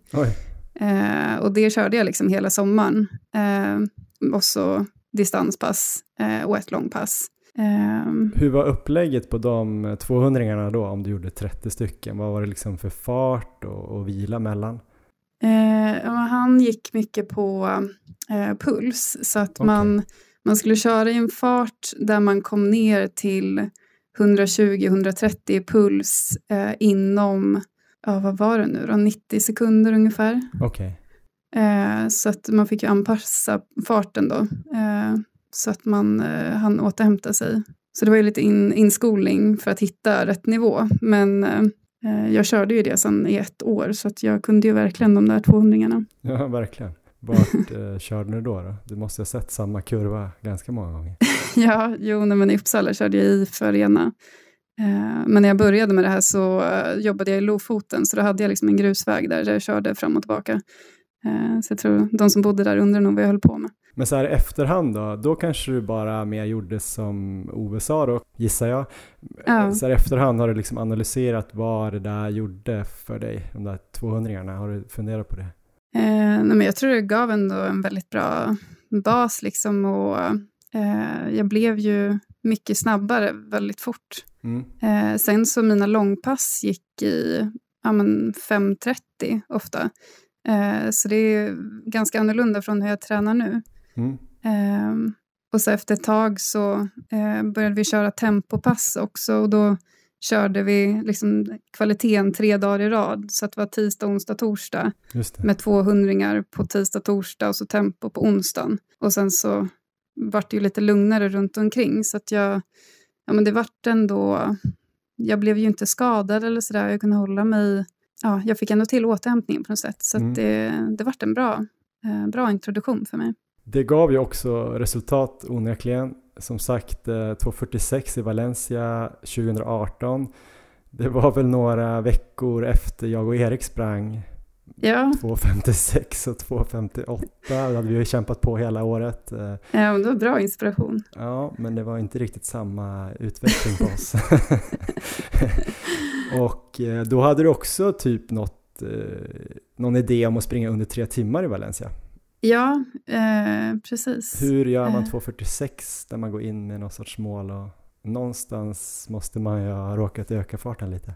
Och det körde jag liksom hela sommaren. Och så distanspass och ett långpass. Hur var upplägget på de 200-ringarna då om du gjorde 30 stycken? Vad var det liksom för fart och vila mellan? Han gick mycket på puls så att man skulle köra i en fart där man kom ner till 120-130 puls inom, vad var det nu då? 90 sekunder ungefär. Okej. Så att man fick ju anpassa farten då. Så att han återhämta sig. Så det var ju lite inskolning för att hitta rätt nivå. Men jag körde ju det sedan i 1 år. Så att jag kunde ju verkligen de där 200-ringarna. Ja, verkligen. Vart körde du då? Du måste ha sett samma kurva ganska många gånger. Ja, men i Uppsala körde jag i Arena. Men när jag började med det här så jobbade jag i Lofoten. Så då hade jag liksom en grusväg där jag körde fram och tillbaka. Så jag tror de som bodde där undrar nog vad jag höll på med. Men så här i efterhand då kanske du bara mer gjorde som Ove sa då, gissar jag. Ja. Så här i efterhand har du liksom analyserat vad det där gjorde för dig, de där 200-ringarna. Har du funderat på det? Men jag tror det gav ändå en väldigt bra bas liksom och jag blev ju mycket snabbare väldigt fort. Sen så mina långpass gick i 5:30 ofta. Så det är ganska annorlunda från hur jag tränar nu. Och så efter ett tag så började vi köra tempopass också. Och då körde vi liksom kvaliteten 3 dagar i rad. Så att det var tisdag, onsdag, torsdag. Med 200-ringar på tisdag, torsdag och så tempo på onsdagen. Och sen så var det ju lite lugnare runt omkring. Så att det vart ändå... Jag blev ju inte skadad eller sådär. Jag kunde hålla mig... Ja, jag fick ändå till återhämtningen på något sätt. Så att det vart en bra introduktion för mig. Det gav ju också resultat onekligen. Som sagt, 2:46 i Valencia 2018. Det var väl några veckor efter jag och Erik sprang 2:56 och 2:58. Då hade vi ju kämpat på hela året. Ja, det var bra inspiration. Ja, men det var inte riktigt samma utveckling på oss. Och då hade du också typ någon idé om att springa under 3 timmar i Valencia. Ja, precis. Hur gör man 2:46 där man går in med någon sorts mål och någonstans måste man ju ha råkat öka farten lite.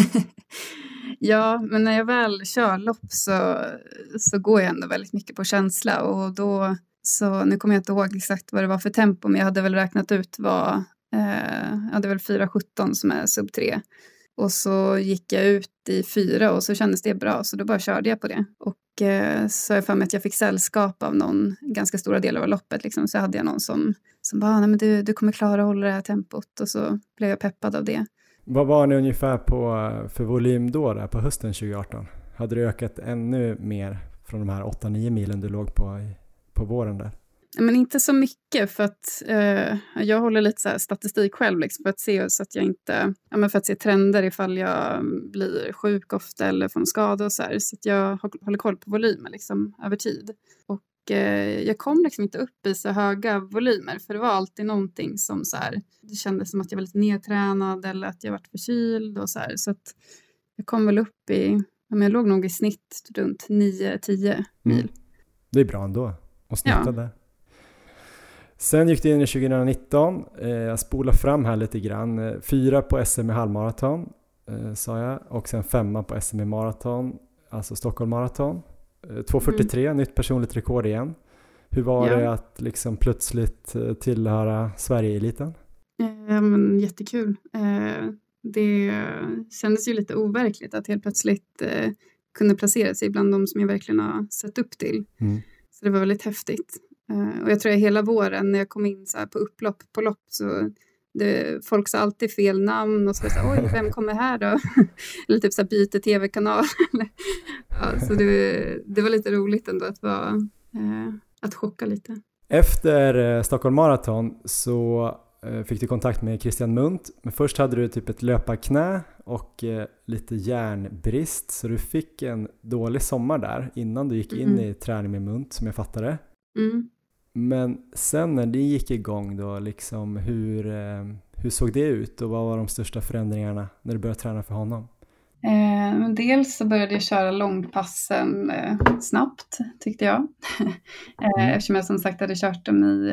Ja, men när jag väl kör lopp så går jag ändå väldigt mycket på känsla och då, så nu kommer jag inte ihåg exakt vad det var för tempo, men jag hade väl räknat ut det är väl 4:17 som är sub 3. Och så gick jag ut i 4 och så kändes det bra, så då bara körde jag på det. Och så är jag för mig att jag fick sällskap av någon ganska stora del av loppet. Liksom. Så hade jag någon som bara, nej men du kommer klara att hålla det här tempot. Och så blev jag peppad av det. Vad var ni ungefär för volym då där på hösten 2018? Hade du ökat ännu mer från de här 8-9 milen du låg på våren där? Men inte så mycket, för att jag håller lite så här statistik själv liksom, för att se så att jag inte, för att se trender ifall jag blir sjuk ofta eller får en skada och så här. Så att jag håller koll på volymer liksom över tid. Och jag kom liksom inte upp i så höga volymer, för det var alltid någonting som så här, det kändes som att jag var lite nedtränad eller att jag varit förkyld och så här. Så att jag kom väl upp i, jag låg nog i snitt runt 9-10 mil. Det är bra ändå att snitta där. Sen gick det in i 2019, jag spolar fram här lite grann, 4 på SM i halvmaraton sa jag, och sen 5 på SM i maraton, alltså Stockholm maraton, 2:43, nytt personligt rekord igen. Hur var det att liksom plötsligt tillhöra Sverige-eliten? Jättekul. Det kändes ju lite overkligt att helt plötsligt kunna placera sig bland de som jag verkligen har sett upp till. Så det var väldigt häftigt. Och jag tror att hela våren när jag kom in så här på upplopp på lopp, så folk sa alltid fel namn och så oj, vem kommer här då? Eller typ så här byter tv-kanal. Så det var lite roligt ändå att chocka lite. Efter Stockholm Marathon så fick du kontakt med Christian Munt, men först hade du typ ett löparknä och lite järnbrist, så du fick en dålig sommar där innan du gick in i träning med Munt, som jag fattade. Men sen när det gick igång då, liksom, hur såg det ut och vad var de största förändringarna när du började träna för honom? Dels så började jag köra långpassen snabbt, tyckte jag. Eftersom jag som sagt hade kört dem i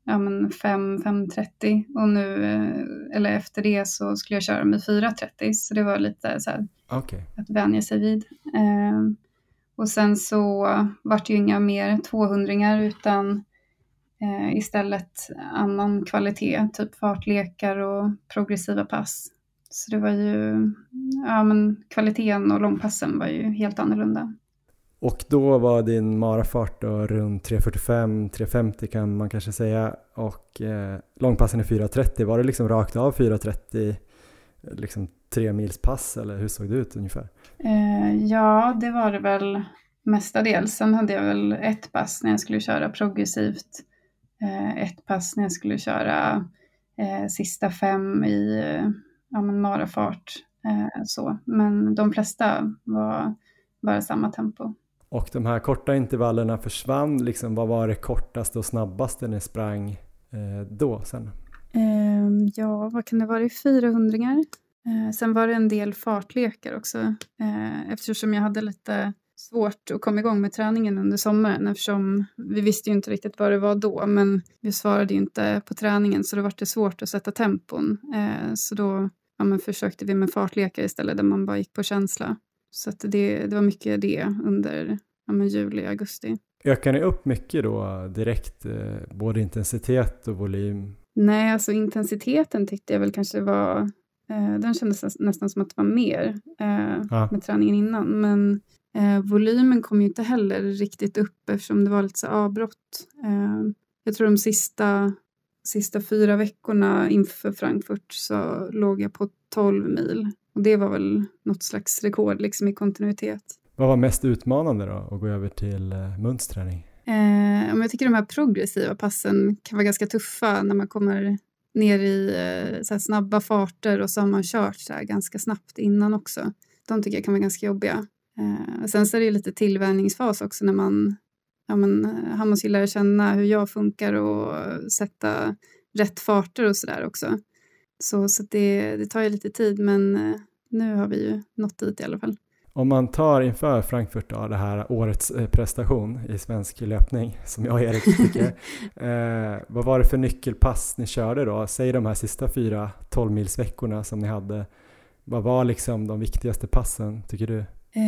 5:30 och nu, eller efter det så skulle jag köra dem i 4:30. Så det var lite så här att vänja sig vid. Och sen så var det ju inga mer 200-ringar utan istället annan kvalitet, typ fartlekar och progressiva pass. Så det var ju, kvaliteten och långpassen var ju helt annorlunda. Och då var din marafart då runt 3:45-3:50 kan man kanske säga, och långpassen är 4:30. Var det liksom rakt av 4:30, liksom 3 mils pass, eller hur såg det ut ungefär? Ja, det var det väl mestadels. Sen hade jag väl ett pass när jag skulle köra progressivt, ett pass när jag skulle köra sista 5 i marafart. Men de flesta var bara samma tempo. Och de här korta intervallerna försvann, liksom, vad var det kortaste och snabbaste ni sprang då sen? Vad kan det vara, 400-ringar. Sen var det en del fartlekar också, eftersom jag hade lite svårt att komma igång med träningen under sommaren, eftersom vi visste ju inte riktigt vad det var då, men vi svarade ju inte på träningen, så då var det svårt att sätta tempon. Så då försökte vi med fartlekar istället, där man bara gick på känsla. Så att det var mycket det under juli, augusti. Ökar ni upp mycket då direkt, både intensitet och volym? Nej, alltså intensiteten tyckte jag väl kanske var, den kändes nästan som att det var mer med träningen innan. Men volymen kom ju inte heller riktigt upp, eftersom det var lite så avbrott. Jag tror de sista 4 veckorna inför Frankfurt så låg jag på 12 mil. Och det var väl något slags rekord liksom i kontinuitet. Vad var mest utmanande då, att gå över till Muntsträning? Jag tycker de här progressiva passen kan vara ganska tuffa när man kommer ner i så här snabba farter, och så har man kört så här ganska snabbt innan också. De tycker jag kan vara ganska jobbiga. Sen så är det lite tillvänjningsfas också, när man måste ju lära känna hur jag funkar och sätta rätt farter och sådär också. Så det tar ju lite tid, men nu har vi ju nått dit i alla fall. Om man tar inför Frankfurt då, det här årets prestation i svensk löpning, som jag och Erik tycker. Vad var det för nyckelpass ni körde då? Säg de här sista 4 12-milsveckorna som ni hade. Vad var liksom de viktigaste passen, tycker du?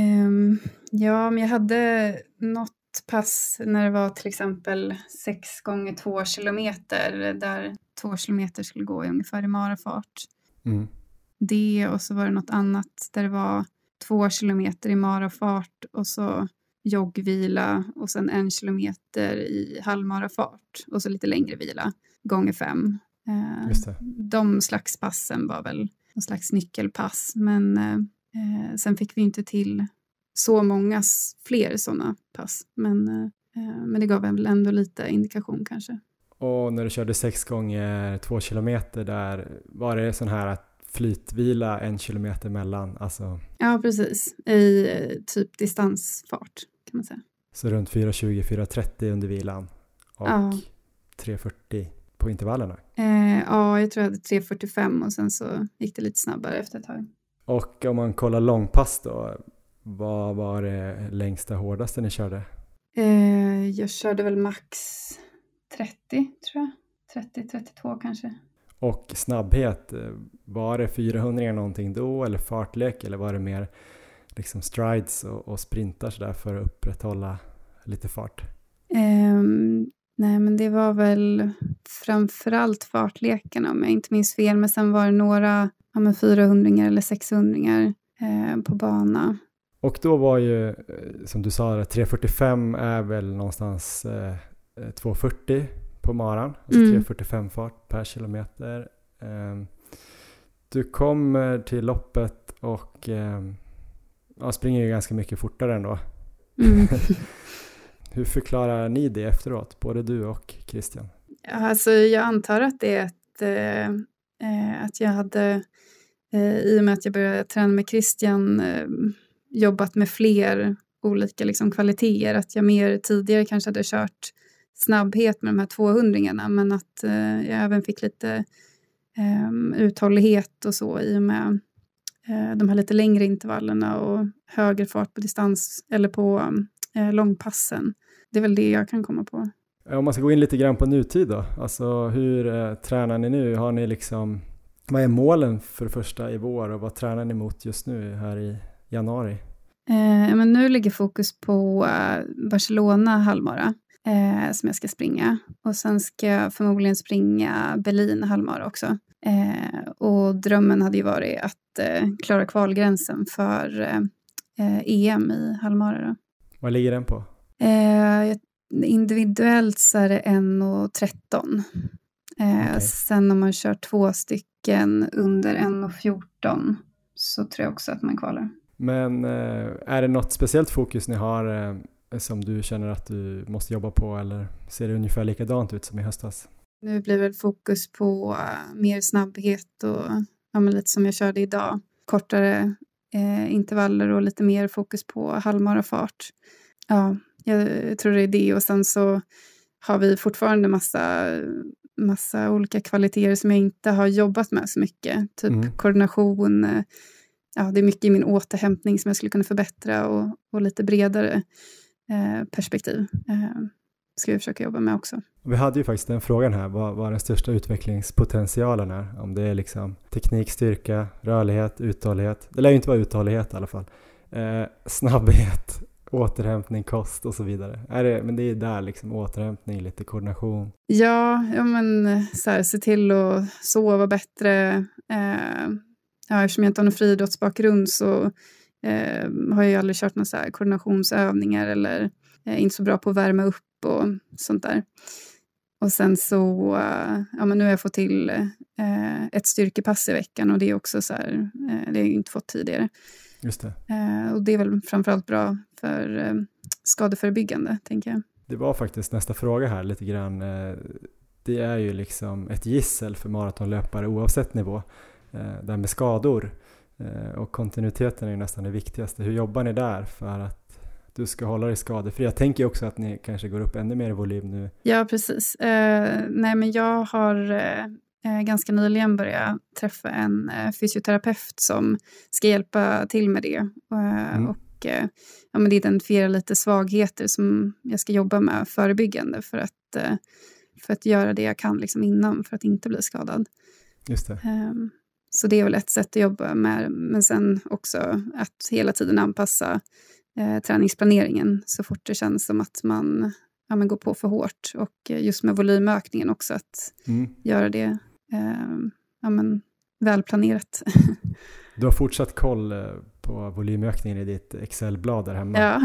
Men jag hade något pass när det var till exempel 6 gånger 2 kilometer, där 2 kilometer skulle gå i ungefär i marafart. det, och så var det något annat där det var 2 kilometer i marafart och så joggvila och sen 1 kilometer i halvmarafart och så lite längre vila gånger 5. Just det. De slags passen var väl en slags nyckelpass, men sen fick vi inte till så många fler sådana pass, men det gav väl ändå lite indikation kanske. Och när du körde 6 gånger 2 kilometer där, var det sån här att flytvila 1 kilometer mellan? Alltså... Ja, precis. I typ distansfart kan man säga. Så runt 4.20-4.30 under vilan och 3.40 på intervallerna? Ja, jag tror jag hade 3.45 och sen så gick det lite snabbare efter ett tag. Och om man kollar långpass då, vad var det längsta hårdaste ni körde? Jag körde väl max 30 tror jag. 30-32 kanske. Och snabbhet, var det 400 någonting då eller fartlek, eller var det mer liksom strides och sprintar så där för att upprätthålla lite fart? Nej, men det var väl framförallt fartlekarna om jag inte minns fel, men sen var det några 400 eller 600 på bana. Och då var ju, som du sa, 3.45 är väl någonstans 2.40 på maran, alltså 3.45 fart per kilometer. Du kommer till loppet och springer ju ganska mycket fortare ändå. Hur förklarar ni det efteråt, både du och Christian? Alltså jag antar att det är att jag hade, i och med att jag började träna med Christian, jobbat med fler olika liksom kvaliteter. Att jag mer tidigare kanske hade kört snabbhet med de här 200-arna, men att jag även fick lite uthållighet och så i och med de här lite längre intervallerna och högre fart på distans eller på långpassen. Det är väl det jag kan komma på. Om man ska gå in lite grann på nutid då, alltså hur tränar ni nu? Har ni liksom, vad är målen för det första i vår och vad tränar ni mot just nu här i januari? Men nu ligger fokus på Barcelona halvmara som jag ska springa. Och sen ska jag förmodligen springa Berlin halvmara också. Och drömmen hade ju varit att klara kvalgränsen för EM i halvmara då. Vad ligger den på? Individuellt så är det 1,13. Okay. Sen om man kör 2 stycken under 1,14 så tror jag också att man kvalar. Men är det något speciellt fokus ni har som du känner att du måste jobba på, eller ser det ungefär likadant ut som i höstas? Nu blir väl fokus på mer snabbhet och lite som jag körde idag. Kortare intervaller och lite mer fokus på halvmarafart. Ja, jag tror det är det, och sen så har vi fortfarande massa olika kvaliteter som jag inte har jobbat med så mycket. Typ koordination. Ja, det är mycket i min återhämtning som jag skulle kunna förbättra och lite bredare perspektiv. Ska vi försöka jobba med också. Vi hade ju faktiskt den frågan här, vad den största utvecklingspotentialen är. Om det är liksom teknik, styrka, rörlighet, uthållighet. Det lär ju inte vara uthållighet i alla fall. Snabbhet, återhämtning, kost och så vidare. Men det är där liksom återhämtning, lite koordination. Ja men så här, se till att sova bättre. Eftersom jag inte har någon friidrottsbakgrund så har jag ju aldrig kört några så här koordinationsövningar eller inte så bra på att värma upp och sånt där. Och sen så, men nu har jag fått till ett styrkepass i veckan och det är också så här, det har jag inte fått tidigare. Just det. Och det är väl framförallt bra för skadeförebyggande, tänker jag. Det var faktiskt nästa fråga här lite grann. Det är ju liksom ett gissel för maratonlöpare oavsett nivå. Det här med skador och kontinuiteten är ju nästan det viktigaste. Hur jobbar ni där för att du ska hålla dig skadefri? Jag tänker också att ni kanske går upp ännu mer i volym nu. Ja, precis. Nej, men jag har ganska nyligen börjat träffa en fysioterapeut som ska hjälpa till med det. Och men identifiera lite svagheter som jag ska jobba med förebyggande för att göra det jag kan liksom innan för att inte bli skadad. Just det. Så det är väl ett sätt att jobba med, men sen också att hela tiden anpassa träningsplaneringen så fort det känns som att man går på för hårt, och just med volymökningen också att göra det välplanerat. Du har fortsatt koll på volymökningen i ditt Excel-blad där hemma. Ja,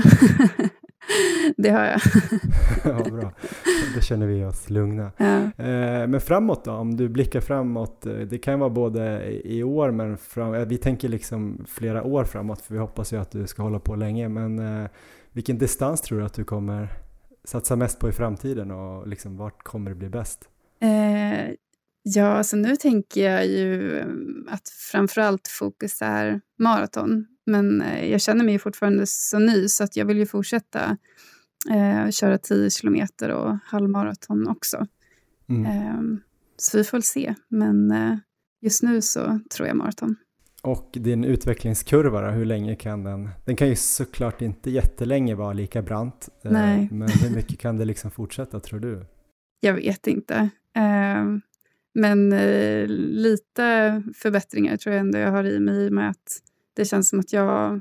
det har jag. Ja, bra. Då känner vi oss lugna. Ja. Men framåt då, om du blickar framåt, det kan vara både i år, men vi tänker liksom flera år framåt, för vi hoppas ju att du ska hålla på länge, men vilken distans tror du att du kommer satsa mest på i framtiden, och liksom vart kommer det bli bäst? Ja, så nu tänker jag ju att framförallt fokus är maraton. Men jag känner mig fortfarande så ny, så att jag vill ju fortsätta köra 10 kilometer och halvmaraton också. Så vi får se. Men just nu så tror jag maraton. Och din utvecklingskurva då, hur länge kan den kan ju såklart inte jättelänge vara lika brant. Nej. Men hur mycket kan det liksom fortsätta, tror du? Jag vet inte. Men lite förbättringar tror jag ändå jag har i mig, i och med att det känns som att jag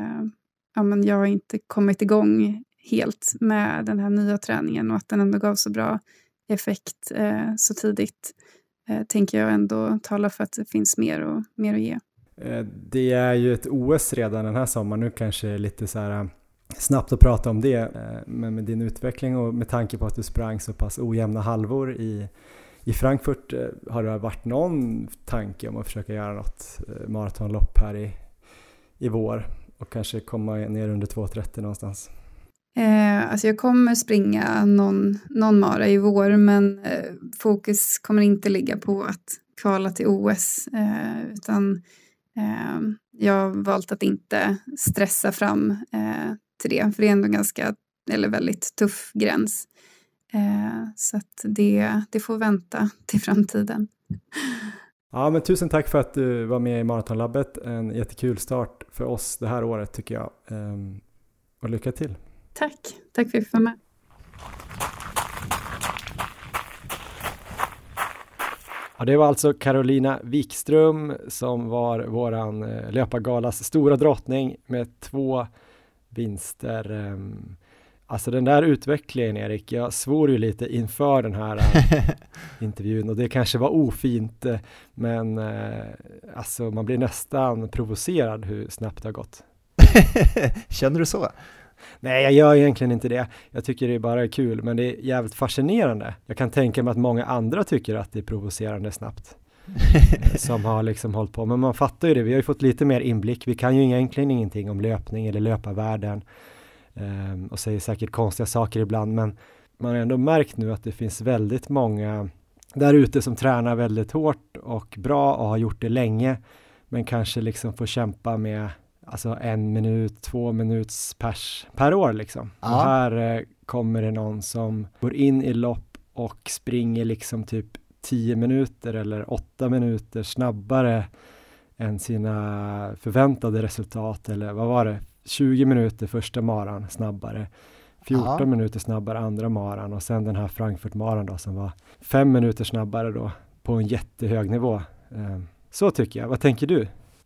har inte kommit igång helt med den här nya träningen, och att den ändå gav så bra effekt så tidigt. Tänker jag ändå tala för att det finns mer att ge. Det är ju ett OS redan den här sommaren. Nu kanske det är lite så här snabbt att prata om det, men med din utveckling och med tanke på att du sprang så pass ojämna halvor i Frankfurt, har det varit någon tanke om att försöka göra något maratonlopp här i vår och kanske komma ner under 2:30 någonstans? Alltså jag kommer springa någon mara i vår, men fokus kommer inte ligga på att kvala till OS, utan jag har valt att inte stressa fram till det, för det är ändå väldigt tuff gräns. Så att det får vänta till framtiden. Ja, men tusen tack för att du var med i Maratonlabbet. En jättekul start för oss det här året tycker jag. Och lycka till. Tack för att jag fick vara med. Ja, det var alltså Carolina Wikström som var våran löpargalas stora drottning med 2 vinster. Alltså den där utvecklingen, Erik, jag svor ju lite inför den här intervjun, och det kanske var ofint, men alltså man blir nästan provocerad hur snabbt det har gått. Känner du så? Nej, jag gör egentligen inte det. Jag tycker det bara är kul, men det är jävligt fascinerande. Jag kan tänka mig att många andra tycker att det är provocerande snabbt. Som har liksom hållit på. Men man fattar ju det. Vi har ju fått lite mer inblick. Vi kan ju egentligen ingenting om löpning eller löparvärlden. Och säger säkert konstiga saker ibland. Men man har ändå märkt nu att det finns väldigt många där ute som tränar väldigt hårt och bra och har gjort det länge. Men kanske liksom får kämpa med 1 minut, 2 minuts pers per år liksom. Ja. Och här kommer det någon som går in i lopp och springer liksom typ 10 minuter eller 8 minuter snabbare än sina förväntade resultat, eller vad var det? 20 minuter första maran snabbare, 14 minuter snabbare andra maran, och sen den här Frankfurt-maran då som var 5 minuter snabbare då på en jättehög nivå. Så tycker jag. Vad tänker du?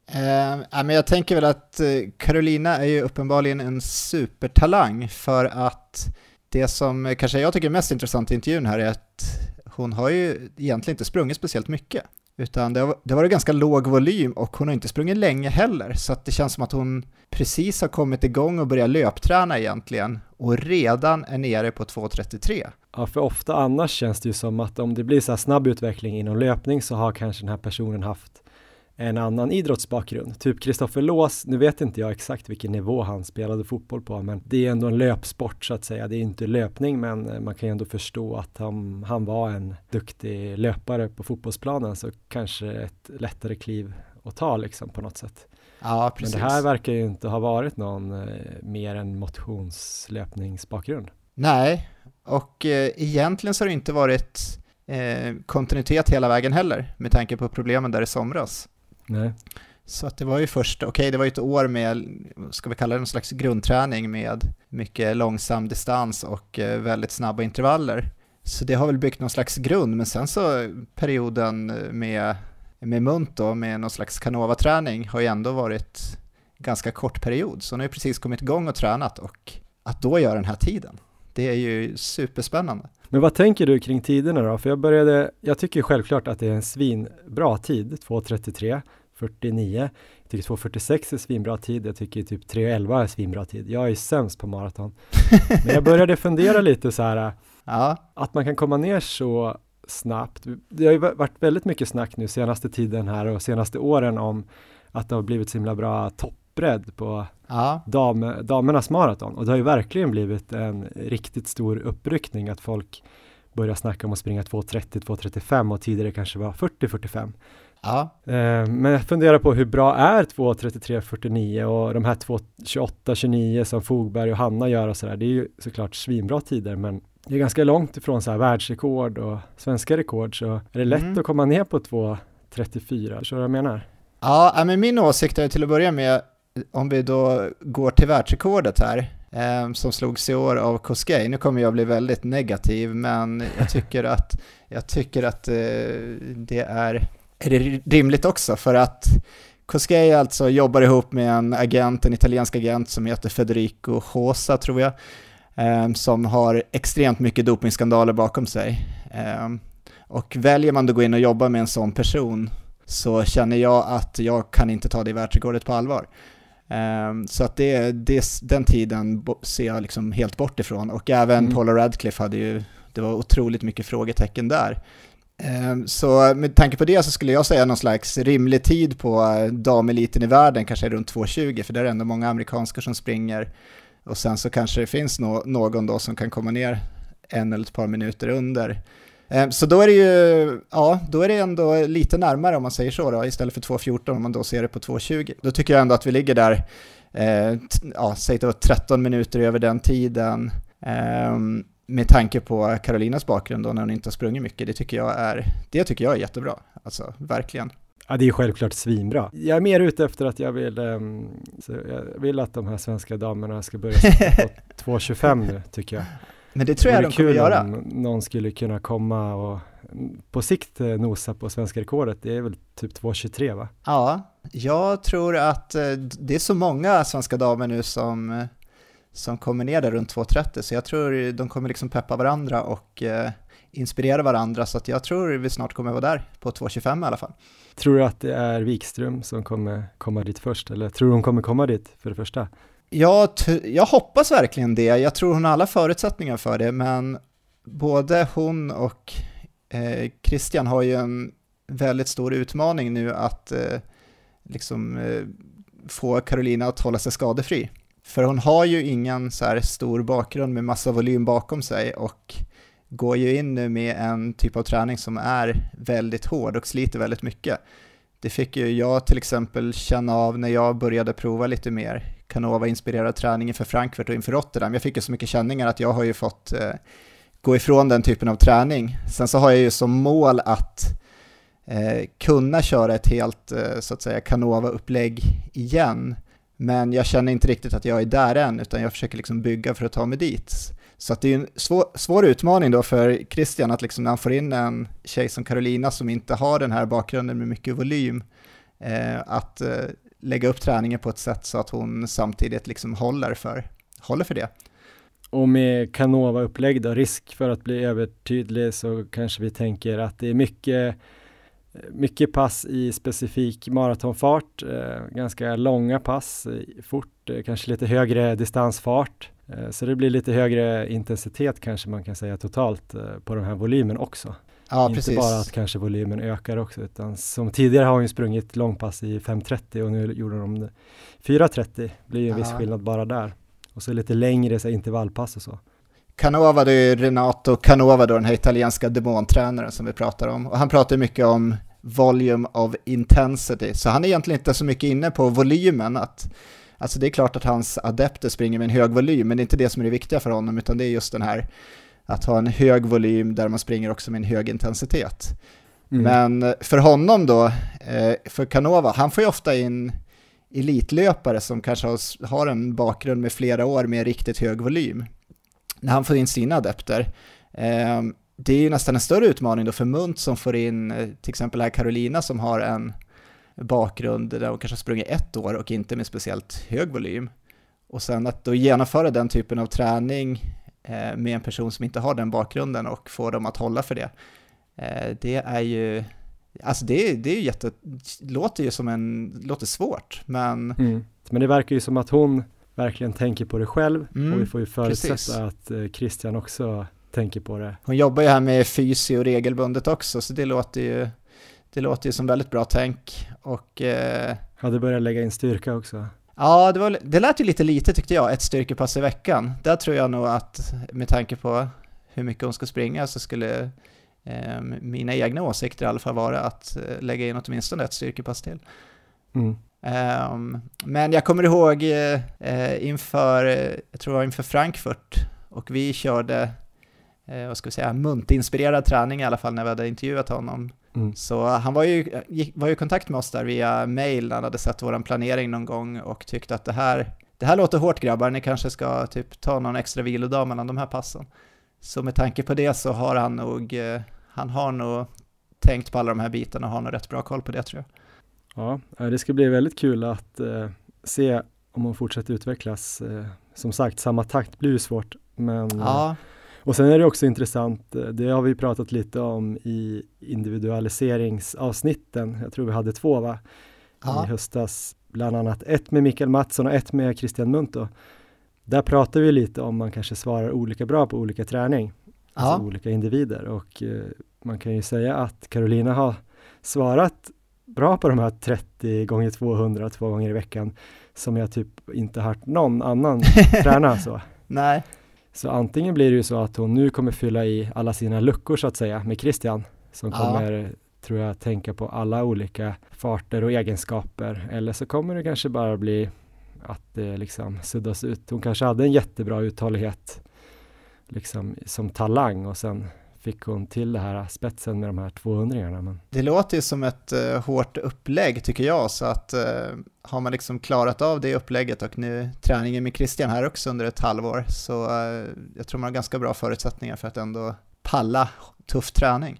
Men jag tänker väl att Carolina är ju uppenbarligen en supertalang, för att det som kanske jag tycker är mest intressant i intervjun här är att hon har ju egentligen inte sprungit speciellt mycket, utan det var ganska låg volym, och hon har inte sprungit länge heller, så att det känns som att hon precis har kommit igång och börjat löpträna egentligen, och redan är nere på 2:33. Ja, för ofta annars känns det ju som att om det blir så här snabb utveckling inom löpning så har kanske den här personen haft en annan idrottsbakgrund. Typ Kristoffer Lås, nu vet inte jag exakt vilken nivå han spelade fotboll på, men det är ändå en löpsport så att säga. Det är inte löpning, men man kan ju ändå förstå att han var en duktig löpare på fotbollsplanen, så kanske ett lättare kliv att ta liksom på något sätt. Ja, precis. Men det här verkar ju inte ha varit någon mer än motionslöpningsbakgrund. Nej, och egentligen så har det inte varit kontinuitet hela vägen heller, med tanke på problemen där i somras. Nej. Så att det var ju först, det var ju ett år med, ska vi kalla det en slags grundträning med mycket långsam distans och väldigt snabba intervaller. Så det har väl byggt någon slags grund, men sen så perioden med Munt då, med någon slags Canova-träning har ju ändå varit ganska kort period. Så hon har ju precis kommit igång och tränat, och att då göra den här tiden, det är ju superspännande. Men vad tänker du kring tiderna då? För jag tycker självklart att det är en svinbra tid, 2:33. 2.49. Jag tycker 2.46 är svinbra tid. Jag tycker typ 3.11 är svinbra tid. Jag är sämst på maraton. Men jag började fundera lite så här, att man kan komma ner så snabbt. Det har ju varit väldigt mycket snack nu senaste tiden här och senaste åren om att det har blivit så himla bra toppbredd på damernas maraton. Och det har ju verkligen blivit en riktigt stor uppryckning att folk börjar snacka om att springa 2.30, 2.35 och tidigare kanske var 40-45. Ja. Men jag funderar på hur bra är 2.33-49 och de här 2.28-29 som Fogberg och Hanna gör och sådär. Det är ju såklart svinbra tider, men det är ganska långt ifrån så här världsrekord och svenska rekord, så är det lätt att komma ner på 2.34. Så vad jag menar? Ja, men min åsikt är till att börja med, om vi då går till världsrekordet här, som slogs i år av Kosgei. Nu kommer jag bli väldigt negativ, men jag tycker att det är rimligt också, för att Kosgei alltså jobbar ihop med en italiensk agent som heter Federico Hosa, tror jag, som har extremt mycket dopingskandaler bakom sig. Och väljer man då gå in och jobba med en sån person, så känner jag att jag kan inte ta det i världsrekordet på allvar. Så att den tiden ser jag liksom helt bort ifrån. Och även Paula Radcliffe det var otroligt mycket frågetecken där. Så med tanke på det så skulle jag säga någon slags rimlig tid på dameliten i världen, kanske runt 2.20, för det är ändå många amerikanskor som springer. Och sen så kanske det finns någon då som kan komma ner en eller ett par minuter under. Så då är det ju, då är det ändå lite närmare, om man säger så då, istället för 2.14 om man då ser det på 2.20. Då tycker jag ändå att vi ligger där, säg då 13 minuter över den tiden, med tanke på Karolinas bakgrund då, när hon inte har sprungit mycket. Det tycker jag är jättebra, alltså verkligen. Ja, det är självklart svinbra. Jag är mer ute efter att jag vill att de här svenska damerna ska börja på 2.25 nu, tycker jag. Men det tror jag de kommer göra. Om någon skulle kunna komma och på sikt nosa på svenska rekordet. Det är väl typ 2.23, va? Ja, jag tror att det är så många svenska damer nu som kommer ner där runt 2.30, så jag tror de kommer liksom peppa varandra och inspirera varandra, så att jag tror vi snart kommer vara där på 2.25 i alla fall. Tror du att det är Wikström som kommer komma dit först, eller tror du hon kommer komma dit för det första? Jag hoppas verkligen det. Jag tror hon har alla förutsättningar för det, men både hon och Christian har ju en väldigt stor utmaning nu att få Karolina att hålla sig skadefri. För hon har ju ingen så här stor bakgrund med massa volym bakom sig och går ju in nu med en typ av träning som är väldigt hård och sliter väldigt mycket. Det fick ju jag till exempel känna av när jag började prova lite mer Canova-inspirerad träning inför Frankfurt och inför Rotterdam. Jag fick ju så mycket känningar att jag har ju fått gå ifrån den typen av träning. Sen så har jag ju som mål att kunna köra ett helt så att säga Canova-upplägg igen. Men jag känner inte riktigt att jag är där än, utan jag försöker liksom bygga för att ta mig dit. Så att det är en svår utmaning då för Christian att liksom när han får in en tjej som Karolina som inte har den här bakgrunden med mycket volym, att lägga upp träningen på ett sätt så att hon samtidigt liksom håller för det. Och med Canova-upplägg då, risk för att bli övertydlig, så kanske vi tänker att det är mycket pass i specifik maratonfart, ganska långa pass fort, kanske lite högre distansfart. Så det blir lite högre intensitet kanske man kan säga totalt på den här volymen också. Ja, inte precis. bara att kanske volymen ökar också, utan som tidigare har hon ju sprungit långpass i 5.30 och nu gjorde de 4.30. Blir ju en viss skillnad bara där. Och så lite längre så intervallpass och så. Canova, det är Renato Canova då, den här italienska demontränaren som vi pratar om. Och han pratar mycket om volume of intensity. Så han är egentligen inte så mycket inne på volymen. Alltså det är klart att hans adepter springer med en hög volym, men det är inte det som är det viktiga för honom, utan det är just den här att ha en hög volym där man springer också med en hög intensitet. Men för honom då, för Canova, han får ju ofta in elitlöpare som kanske har en bakgrund med flera år med riktigt hög volym. När han får in sina adepter, det är ju nästan en större utmaning då för Munt som får in till exempel här Karolina som har en bakgrund där hon kanske har sprungit 1 år och inte med speciellt hög volym. Och sen att då genomföra den typen av träning med en person som inte har den bakgrunden och få dem att hålla för det. Det är ju Alltså det är ju låter svårt, men... Men det verkar ju som att hon verkligen tänker på det själv, och vi får ju förutsätta precis. att Christian också tänker på det. Hon jobbar ju här med fysio regelbundet också, så det låter ju som väldigt bra tänk. Och hade börjat lägga in styrka också. ja, det lät ju lite tyckte jag, ett styrkepass i veckan. Där tror jag nog att med tanke på hur mycket hon ska springa så skulle mina egna åsikter i alla fall vara att lägga in åtminstone ett styrkepass till. Men jag kommer ihåg inför Frankfurt, och vi körde muntinspirerad träning i alla fall när vi hade intervjuat honom. Så han var ju i kontakt med oss där via mail när han hade sett våran planering någon gång och tyckte att det här låter hårt grabbar, ni kanske ska typ ta någon extra vilodag mellan de här passen. Så med tanke på det så har han har nog tänkt på alla de här bitarna och har nog rätt bra koll på det, tror jag. Ja, det ska bli väldigt kul att se om hon fortsätter utvecklas. Som sagt, samma takt blir ju svårt. Men, och sen är det också intressant, det har vi pratat lite om i individualiseringsavsnitten. Jag tror vi hade 2 i höstas. Bland annat ett med Mikael Mattsson och ett med Christian Muntho. Där pratar vi lite om man kanske svarar olika bra på olika träning. Alltså olika individer. Och man kan ju säga att Carolina har svarat bra på de här 30 gånger 200 2 gånger i veckan, som jag typ inte hört någon annan träna så. Nej. Så antingen blir det ju så att hon nu kommer fylla i alla sina luckor så att säga med Christian, som kommer, tror jag, tänka på alla olika farter och egenskaper, eller så kommer det kanske bara bli att det liksom suddas ut. Hon kanske hade en jättebra uthållighet liksom som talang, och sen fick hon till det här spetsen med de här 200-arna. Men... Det låter ju som ett hårt upplägg tycker jag, så att har man liksom klarat av det upplägget och nu träningen med Christian här också under ett halvår, så jag tror man har ganska bra förutsättningar för att ändå palla tuff träning.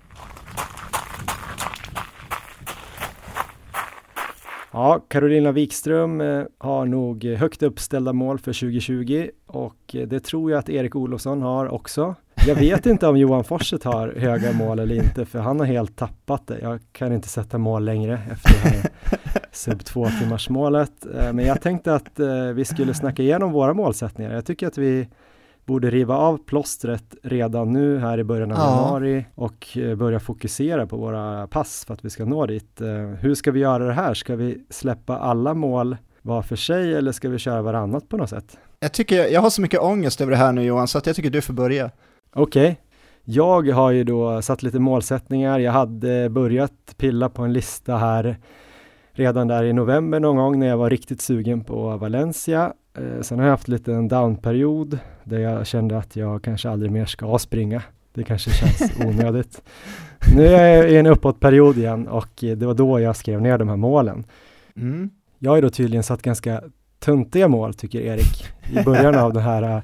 Ja, Carolina Wikström har nog högt uppställda mål för 2020, och det tror jag att Erik Olofsson har också. Jag vet inte om Johan Forsset har höga mål eller inte, för han har helt tappat det. Jag kan inte sätta mål längre efter det här sub 2 timmars målet. Men jag tänkte att vi skulle snacka igenom våra målsättningar. Jag tycker att vi borde riva av plåstret redan nu här i början av januari och börja fokusera på våra pass för att vi ska nå dit. Hur ska vi göra det här? Ska vi släppa alla mål var för sig, eller ska vi köra varannat på något sätt? Jag har så mycket ångest över det här nu, Johan, så att jag tycker du får börja. Okej. Jag har ju då satt lite målsättningar. Jag hade börjat pilla på en lista här redan där i november någon gång när jag var riktigt sugen på Valencia. Sen har jag haft lite en downperiod där jag kände att jag kanske aldrig mer ska springa. Det kanske känns onödigt. Nu är jag i en uppåtperiod igen, och det var då jag skrev ner de här målen. Jag har ju då tydligen satt ganska tuntiga mål, tycker Erik, i början av det här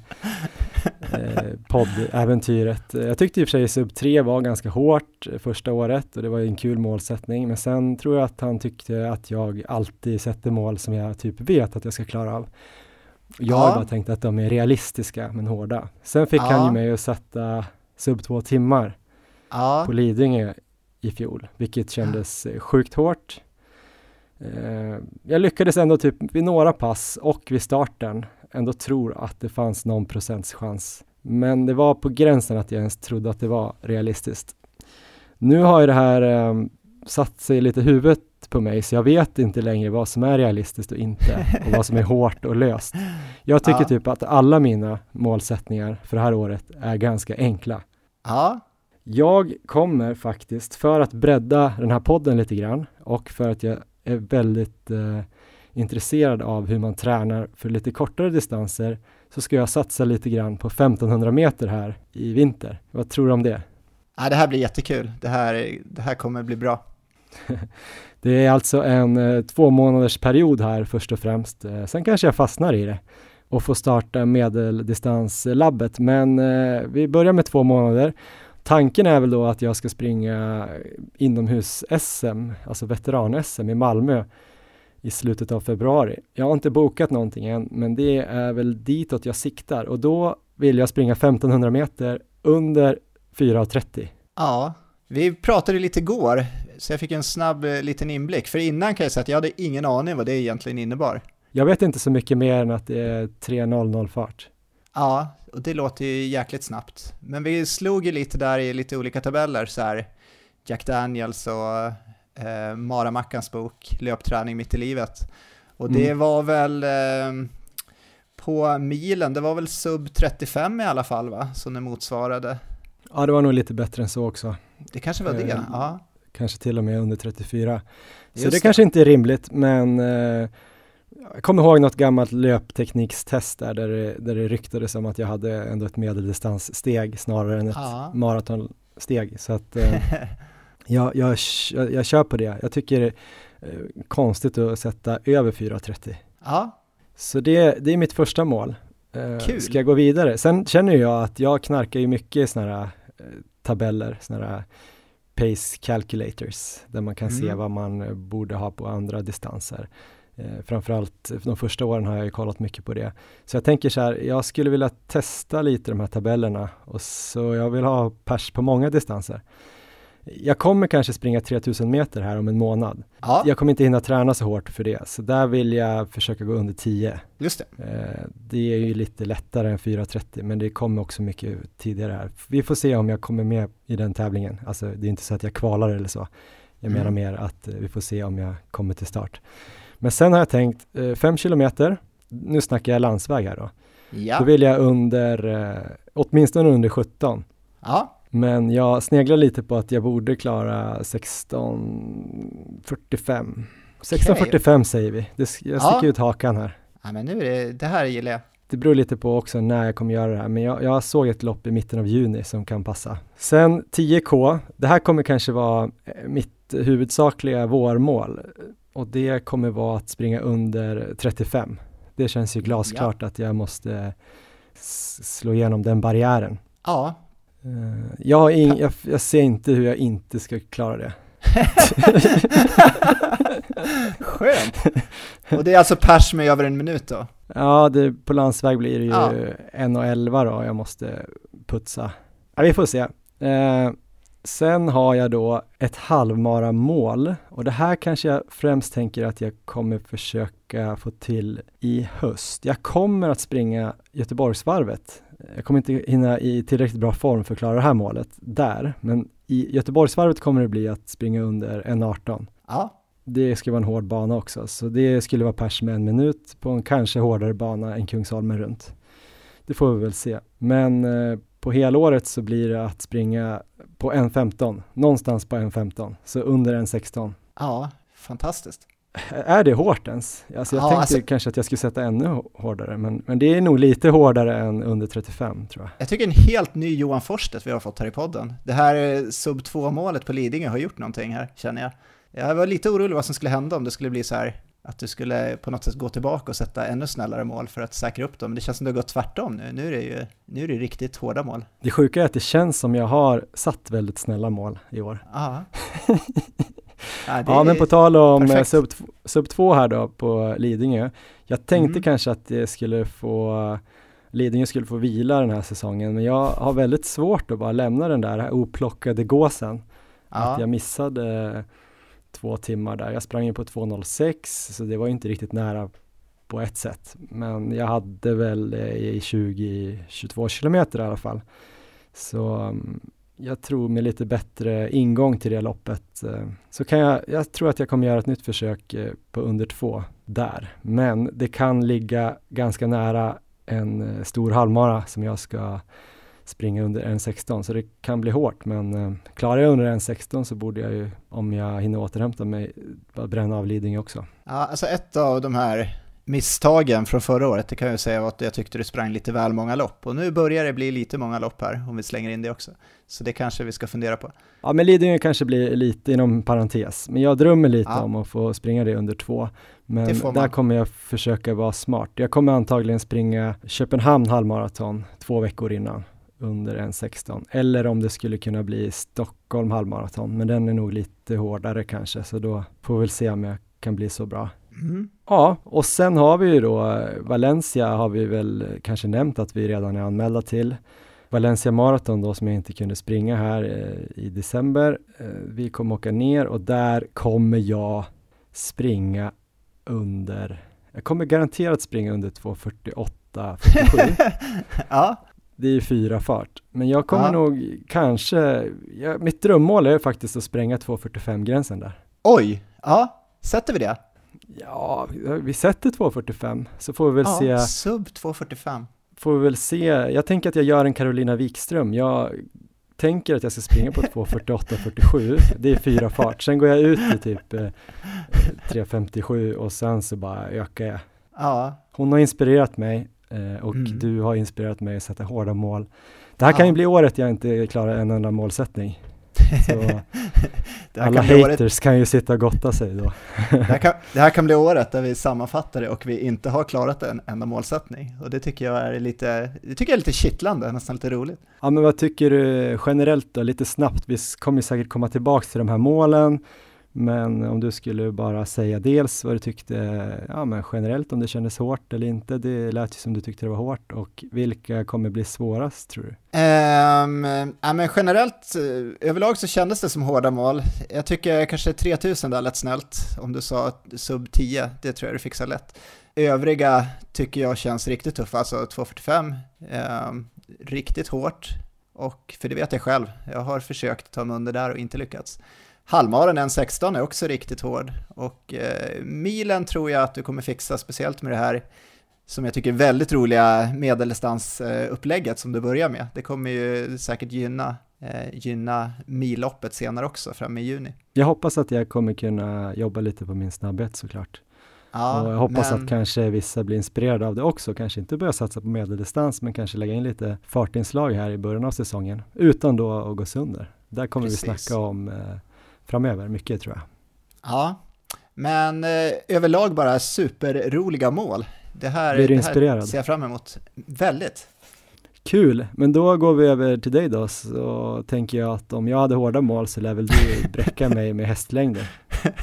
poddäventyret. Jag tyckte i och för sig sub 3 var ganska hårt första året, och det var en kul målsättning, men sen tror jag att han tyckte att jag alltid sätter mål som jag typ vet att jag ska klara av. Jag har bara tänkt att de är realistiska men hårda. Sen fick han ju mig att sätta sub 2 timmar på Lidingö i fjol, vilket kändes sjukt hårt. Jag lyckades ändå typ vid några pass och vid starten ändå tror att det fanns någon procents chans. Men det var på gränsen att jag ens trodde att det var realistiskt. Nu har ju det här satt sig lite i huvudet på mig, så jag vet inte längre vad som är realistiskt och inte, och vad som är hårt och löst. Jag tycker typ att alla mina målsättningar för det här året är ganska enkla. Jag kommer faktiskt, för att bredda den här podden lite grann, och för att jag är väldigt intresserad av hur man tränar för lite kortare distanser, så ska jag satsa lite grann på 1500 meter här i vinter. Vad tror du om det? Det här blir jättekul. Det här kommer bli bra. Det är alltså en 2 månaders period här först och främst. Sen kanske jag fastnar i det och får starta medeldistanslabbet. Men vi börjar med 2 månader. Tanken är väl då att jag ska springa inomhus-SM, alltså veteran-SM i Malmö i slutet av februari. Jag har inte bokat någonting än, men det är väl ditåt jag siktar. Och då vill jag springa 1500 meter under 4:30. Ja, vi pratade lite igår. Så jag fick en snabb liten inblick. För innan kan jag säga att jag hade ingen aning vad det egentligen innebar. Jag vet inte så mycket mer än att det är 3.00 fart. Ja, och det låter ju jäkligt snabbt. Men vi slog ju lite där i lite olika tabeller, så här Jack Daniels och Mara Mackans bok Löpträning mitt i livet. Och det var väl på milen, det var väl sub 35 i alla fall, va? Som det motsvarade. Ja, det var nog lite bättre än så också. Det kanske var det, ja. Kanske till och med under 34. Så Just det kanske inte är rimligt, men jag kommer ihåg något gammalt löpteknikstest där det ryktades om att jag hade ändå ett medeldistanssteg snarare än ett maratonsteg. Så att jag kör på det. Jag tycker det är konstigt att sätta över 4.30. Ja. Så det är mitt första mål. Kul. Ska jag gå vidare? Sen känner jag att jag knarkar ju mycket i såna här tabeller, såna här pace calculators, där man kan se vad man borde ha på andra distanser. Framförallt de första åren har jag ju kollat mycket på det. Så jag tänker så här, jag skulle vilja testa lite de här tabellerna, och så jag vill ha pers på många distanser. Jag kommer kanske springa 3000 meter här om en månad. Ja. Jag kommer inte hinna träna så hårt för det, så där vill jag försöka gå under 10. Just det. Det är ju lite lättare än 4.30, men det kommer också mycket tidigare här. Vi får se om jag kommer med i den tävlingen. Alltså det är inte så att jag kvalar eller så. Jag menar mer att vi får se om jag kommer till start. Men sen har jag tänkt 5 kilometer. Nu snackar jag landsväg här då. Ja. Då vill jag åtminstone under 17. Ja. Men jag sneglar lite på att jag borde klara 16.45. 16.45 säger vi. Jag sticker ut hakan här. Ja, men nu är det här gillar jag. Det beror lite på också när jag kommer göra det här. Men jag såg ett lopp i mitten av juni som kan passa. Sen 10K. Det här kommer kanske vara mitt huvudsakliga vårmål. Och det kommer vara att springa under 35. Det känns ju glasklart att jag måste slå igenom den barriären. Ja. Jag ser inte hur jag inte ska klara det. Skönt. Och det är alltså pers med över en minut då? Ja, på landsväg blir det ju 1.11 då. Jag måste putsa. Ja, vi får se. Sen har jag då ett halvmaramål, och det här kanske jag främst tänker att jag kommer försöka få till i höst. Jag kommer att springa Göteborgsvarvet. Jag kommer inte hinna i tillräckligt bra form för att klara det här målet där, men i Göteborgsvarvet kommer det bli att springa under 1.18. Ja. Det ska vara en hård bana också, så det skulle vara pers med 1 minut på en kanske hårdare bana än Kungsholmen runt. Det får vi väl se. Men på helåret så blir det att springa på 1.15, någonstans på 1.15, så under 1.16. Ja, fantastiskt. Är det hårt ens? Alltså jag tänkte kanske att jag skulle sätta ännu hårdare, men det är nog lite hårdare än under 35 tror jag. Jag tycker en helt ny Johan Forsstedt vi har fått här i podden. Det här sub 2-målet på Lidingö har gjort någonting här, känner jag. Jag var lite orolig vad som skulle hända om det skulle bli så här att du skulle på något sätt gå tillbaka och sätta ännu snällare mål för att säkra upp dem. Men det känns som det har gått tvärtom nu. Nu är det riktigt hårda mål. Det sjuka är att det känns som jag har satt väldigt snälla mål i år. Ja. Ja, men på tal om sub 2 här då på Lidingö. Jag tänkte kanske att Lidingö skulle få vila den här säsongen, men jag har väldigt svårt att bara lämna den där oplockade gåsen. Att jag missade 2 timmar där. Jag sprang ju på 2.06, så det var ju inte riktigt nära på ett sätt. Men jag hade väl i 20-22 kilometer i alla fall. Så jag tror med lite bättre ingång till det loppet så kan jag tror att jag kommer göra ett nytt försök på under 2 där. Men det kan ligga ganska nära en stor halvmara som jag ska springa under 1.16, så det kan bli hårt, men klarar jag under 1.16 så borde jag ju, om jag hinner återhämta mig, bara bränna av Lidingö också. Ja, alltså ett av de här misstagen från förra året, det kan jag säga, var att jag tyckte du sprang lite väl många lopp, och nu börjar det bli lite många lopp här, om vi slänger in det också. Så det kanske vi ska fundera på. Ja, men Lidingö kanske blir lite inom parentes, men jag drömmer lite om att få springa det under 2. Men där kommer jag försöka vara smart. Jag kommer antagligen springa Köpenhamn halvmaraton 2 veckor innan under 1.16. Eller om det skulle kunna bli Stockholm halvmaraton, men den är nog lite hårdare kanske, så då får vi väl se om jag kan bli så bra. Ja, och sen har vi ju då Valencia, har vi väl kanske nämnt att vi redan är anmälda till. Valencia Marathon då som jag inte kunde springa här i december. Vi kommer åka ner och där kommer jag springa jag kommer garanterat springa under 2:48:47. Ja. Det är 4 fart. Men jag kommer nog mitt drömmål är faktiskt att spränga 2:45-gränsen där. Oj, ja. Sätter vi det? Ja, vi sätter 2:45 så får vi väl se. Sub 2:45. Får vi väl se. Jag tänker att jag gör en Carolina Wikström. Jag tänker att jag ska springa på 2:48:47. Det är 4 fart. Sen går jag ut i typ 3:57 och sen så bara ökar jag. Ja. Hon har inspirerat mig och du har inspirerat mig att sätta hårda mål. Det här kan ju bli året jag inte klarar en enda målsättning. Så alla haters kan ju sitta och gotta sig då. Det här kan bli året där vi sammanfattar det och vi inte har klarat en enda målsättning. Och det tycker jag är lite kittlande, nästan lite roligt. Ja, men vad tycker du generellt då? Lite snabbt, vi kommer säkert komma tillbaka till de här målen. Men om du skulle bara säga dels vad du tyckte, men generellt om det kändes hårt eller inte. Det lät ju som du tyckte det var hårt. Och vilka kommer bli svårast, tror du? Men generellt, överlag så kändes det som hårda mål. Jag tycker kanske 3000 där lät snällt. Om du sa sub 10, det tror jag du fixar lätt. Övriga tycker jag känns riktigt tuffa. Alltså 2:45, riktigt hårt. Och för det vet jag själv. Jag har försökt ta mig under där och inte lyckats. Halvmaren 1:16 är också riktigt hård och milen tror jag att du kommer fixa, speciellt med det här som jag tycker är väldigt roliga medeldistansupplägget som du börjar med. Det kommer ju säkert gynna milloppet senare också fram i juni. Jag hoppas att jag kommer kunna jobba lite på min snabbhet såklart. Ja, och jag hoppas att kanske vissa blir inspirerade av det också. Kanske inte börja satsa på medeldistans men kanske lägga in lite fartinslag här i början av säsongen utan då att gå sönder. Där kommer vi snacka om framöver, mycket tror jag. Ja, men överlag bara superroliga mål. Det här ser jag fram emot väldigt. Kul, men då går vi över till dig då. Så tänker jag att om jag hade hårda mål så lär väl du bräcka mig med hästlängder.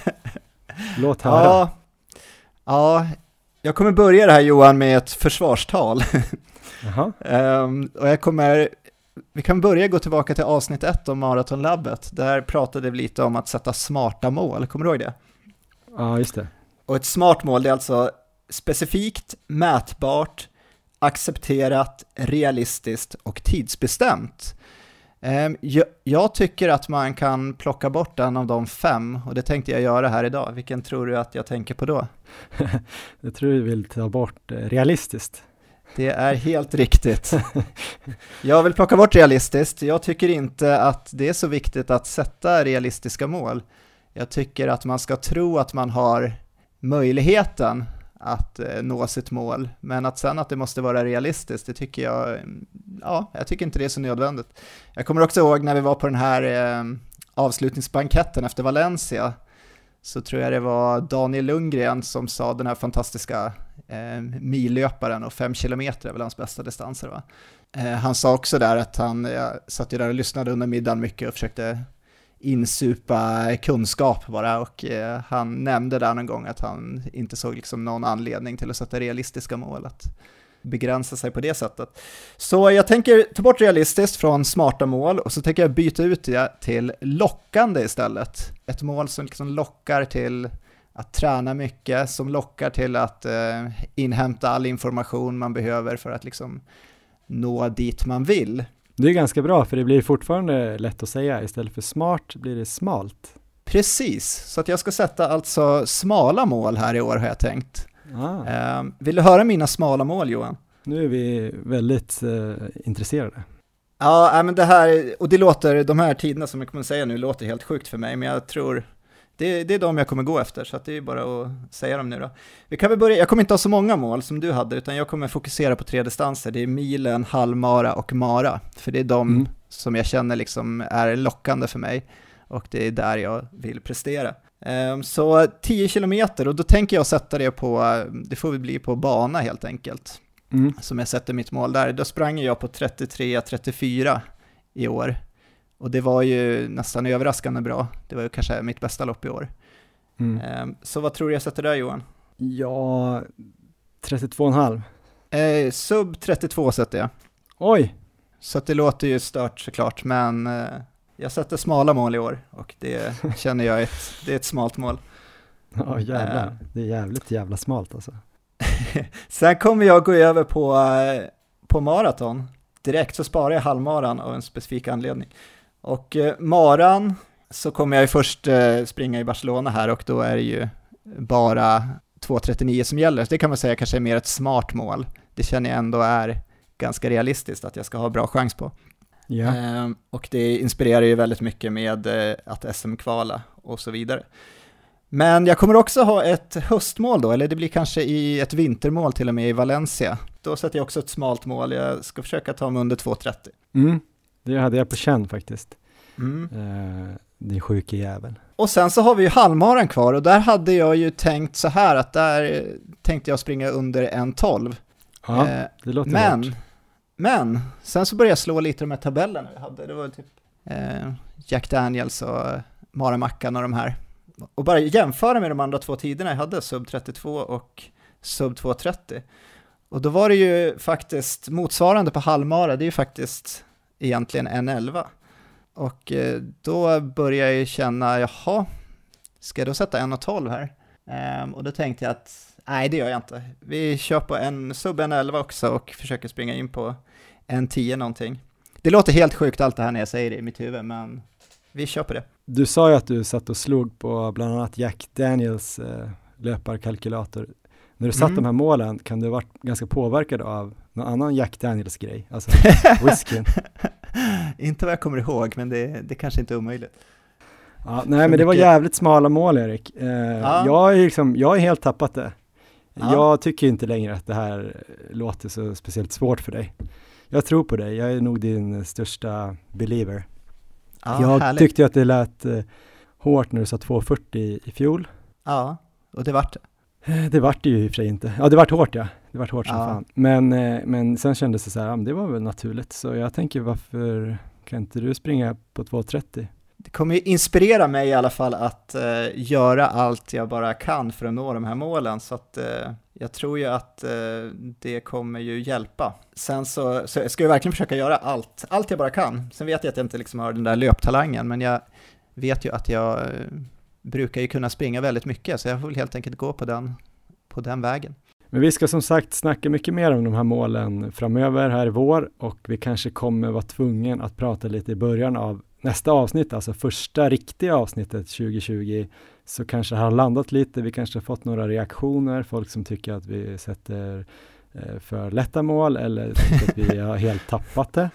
Låt höra. Ja, jag kommer börja det här Johan med ett försvarstal. Jaha. Och vi kan börja gå tillbaka till avsnitt 1 om Maratonlabbet. Där pratade vi lite om att sätta smarta mål. Kommer du ihåg det? Ja, just det. Och ett smart mål, det är alltså specifikt, mätbart, accepterat, realistiskt och tidsbestämt. Jag tycker att man kan plocka bort en av de 5 och det tänkte jag göra här idag. Vilken tror du att jag tänker på då? Jag tror du vill ta bort realistiskt. Det är helt riktigt. Jag vill plocka bort realistiskt. Jag tycker inte att det är så viktigt att sätta realistiska mål. Jag tycker att man ska tro att man har möjligheten att nå sitt mål. Men att det måste vara realistiskt, det tycker jag tycker inte det är så nödvändigt. Jag kommer också ihåg när vi var på den här avslutningsbanketten efter Valencia. Så tror jag det var Daniel Lundgren som sa den här fantastiska millöparen och 5 kilometer är väl hans bästa distanser va? Han sa också där att jag satt ju där och lyssnade under middagen mycket och försökte insupa kunskap bara och han nämnde där någon gång att han inte såg liksom någon anledning till att sätta realistiska mål, att begränsa sig på det sättet. Så jag tänker ta bort realistiskt från smarta mål och så tänker jag byta ut det till lockande istället. Ett mål som liksom lockar till att träna mycket, som lockar till att inhämta all information man behöver för att liksom nå dit man vill. Det är ganska bra för det blir fortfarande lätt att säga. Istället för smart blir det smalt. Precis, så att jag ska sätta alltså smala mål här i år har jag tänkt. Vill du höra mina smala mål Johan? Nu är vi väldigt intresserade. Ja, men det här, och det låter, de här tiderna som jag kommer säga nu låter helt sjukt för mig, men jag tror det är de jag kommer gå efter, så att det är bara att säga dem nu då. Vi kan väl börja, jag kommer inte ha så många mål som du hade, utan jag kommer fokusera på 3 distanser. Det är milen, halvmara och mara, för det är de som jag känner liksom är lockande för mig, och det är där jag vill prestera. Så 10 kilometer, och då tänker jag sätta det på, det får vi bli på bana helt enkelt, som jag sätter mitt mål där. Då sprang jag på 33-34 i år. Och det var ju nästan överraskande bra. Det var ju kanske mitt bästa lopp i år. Så vad tror du jag sätter där Johan? Ja, 32,5. Sub 32 sätter jag. Oj, Så att det låter ju stört såklart, men jag sätter smala mål i år och det känner jag det är ett smalt mål. Ja, jävlar. Det är jävla smalt alltså. Sen kommer jag gå över på maraton. Direkt så sparar jag halvmaran av en specifik anledning. Och maran så kommer jag ju först springa i Barcelona här och då är det ju bara 2:39 som gäller. Så det kan man säga kanske är mer ett smart mål. Det känner jag ändå är ganska realistiskt att jag ska ha bra chans på. Yeah. Och det inspirerar ju väldigt mycket med att SM-kvala och så vidare. Men jag kommer också ha ett höstmål då, eller det blir kanske i ett vintermål till och med i Valencia. Då sätter jag också ett smalt mål. Jag ska försöka ta mig under 2:30. Det hade jag på känn faktiskt. Din sjuka jävel. Och sen så har vi ju halvmaran kvar och där hade jag ju tänkt så här att där tänkte jag springa under 1:12. Ja, det låter hårt. Men sen så började jag slå lite de här tabellerna jag hade. Det var typ Jack Daniels och Maramackan och de här. Och bara jämföra med de andra två tiderna jag hade, sub 32 och sub 2:30. Och då var det ju faktiskt motsvarande på halvmara, det är ju faktiskt egentligen 1:11. Och då började jag känna, jaha, ska jag då sätta 1:12 här? Och då tänkte jag att, nej det gör jag inte. Vi kör på en sub 1:11 också och försöker springa in på 1:10 någonting. Det låter helt sjukt allt det här när jag säger det i mitt huvud, men vi kör på det. Du sa ju att du satt och slog på bland annat Jack Daniels löparkalkylator. När du satt de här målen, kan du ha varit ganska påverkad av någon annan Jack Daniels grej? Alltså whiskyn. Inte vad jag kommer ihåg, men det kanske inte är omöjligt. Ja, nej, men det var jävligt smala mål, Erik. Jag är helt tappat det. Ja. Jag tycker inte längre att det här låter så speciellt svårt för dig. Jag tror på dig. Jag är nog din största believer. Ja, jag härligt. tyckte att det lät hårt när du sa 2:40 i fjol. Ja, och det vart det. Det vart det ju i och för sig inte. Ja, det vart hårt, ja. Det vart hårt som fan. Men sen kändes det så här, det var väl naturligt. Så jag tänker, varför kan inte du springa på 2:30? Det kommer ju inspirera mig i alla fall att göra allt jag bara kan för att nå de här målen. Så att jag tror ju att det kommer ju hjälpa. Sen så ska jag verkligen försöka göra allt jag bara kan. Sen vet jag att jag inte liksom har den där löptalangen, men jag vet ju att jag brukar ju kunna springa väldigt mycket, så jag får helt enkelt gå på den vägen. Men vi ska som sagt snacka mycket mer om de här målen framöver här i vår, och vi kanske kommer vara tvungen att prata lite i början av nästa avsnitt, alltså första riktiga avsnittet 2020, så kanske har landat lite, vi kanske har fått några reaktioner, folk som tycker att vi sätter för lätta mål eller tycker att vi har helt tappat det.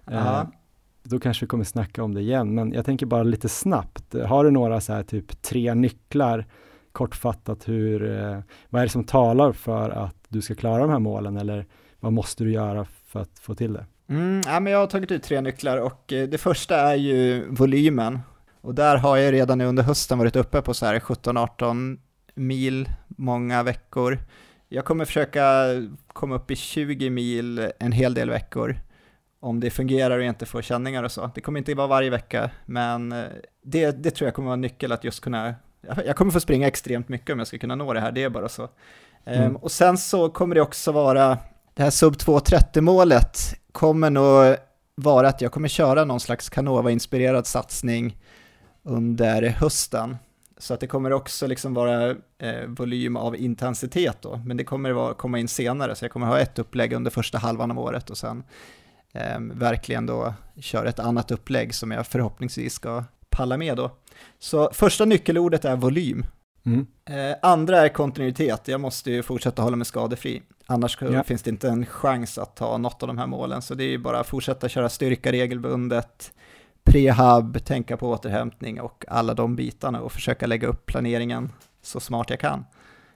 Då kanske vi kommer snacka om det igen, men jag tänker bara lite snabbt. Har du några så här typ 3 nycklar kortfattat, vad är det som talar för att du ska klara de här målen, eller vad måste du göra för att få till det? Men jag har tagit ut 3 nycklar, och det första är ju volymen, och där har jag redan under hösten varit uppe på så här 17-18 mil många veckor. Jag kommer försöka komma upp i 20 mil en hel del veckor, om det fungerar och inte får känningar och så. Det kommer inte vara varje vecka, men det tror jag kommer vara en nyckel att just kunna. Jag kommer få springa extremt mycket om jag ska kunna nå det här, det är bara så. Och sen så kommer det också vara, det här sub 2:30-målet kommer nog vara att jag kommer köra någon slags Canova-inspirerad satsning under hösten. Så att det kommer också liksom vara volym av intensitet då, men det kommer komma in senare, så jag kommer ha ett upplägg under första halvan av året och sen verkligen då köra ett annat upplägg som jag förhoppningsvis ska palla med då. Så första nyckelordet är volym. Andra är kontinuitet. Jag måste ju fortsätta hålla mig skadefri. Annars finns det inte en chans att ta något av de här målen. Så det är ju bara att fortsätta köra styrka regelbundet, prehab, tänka på återhämtning och alla de bitarna, och försöka lägga upp planeringen så smart jag kan.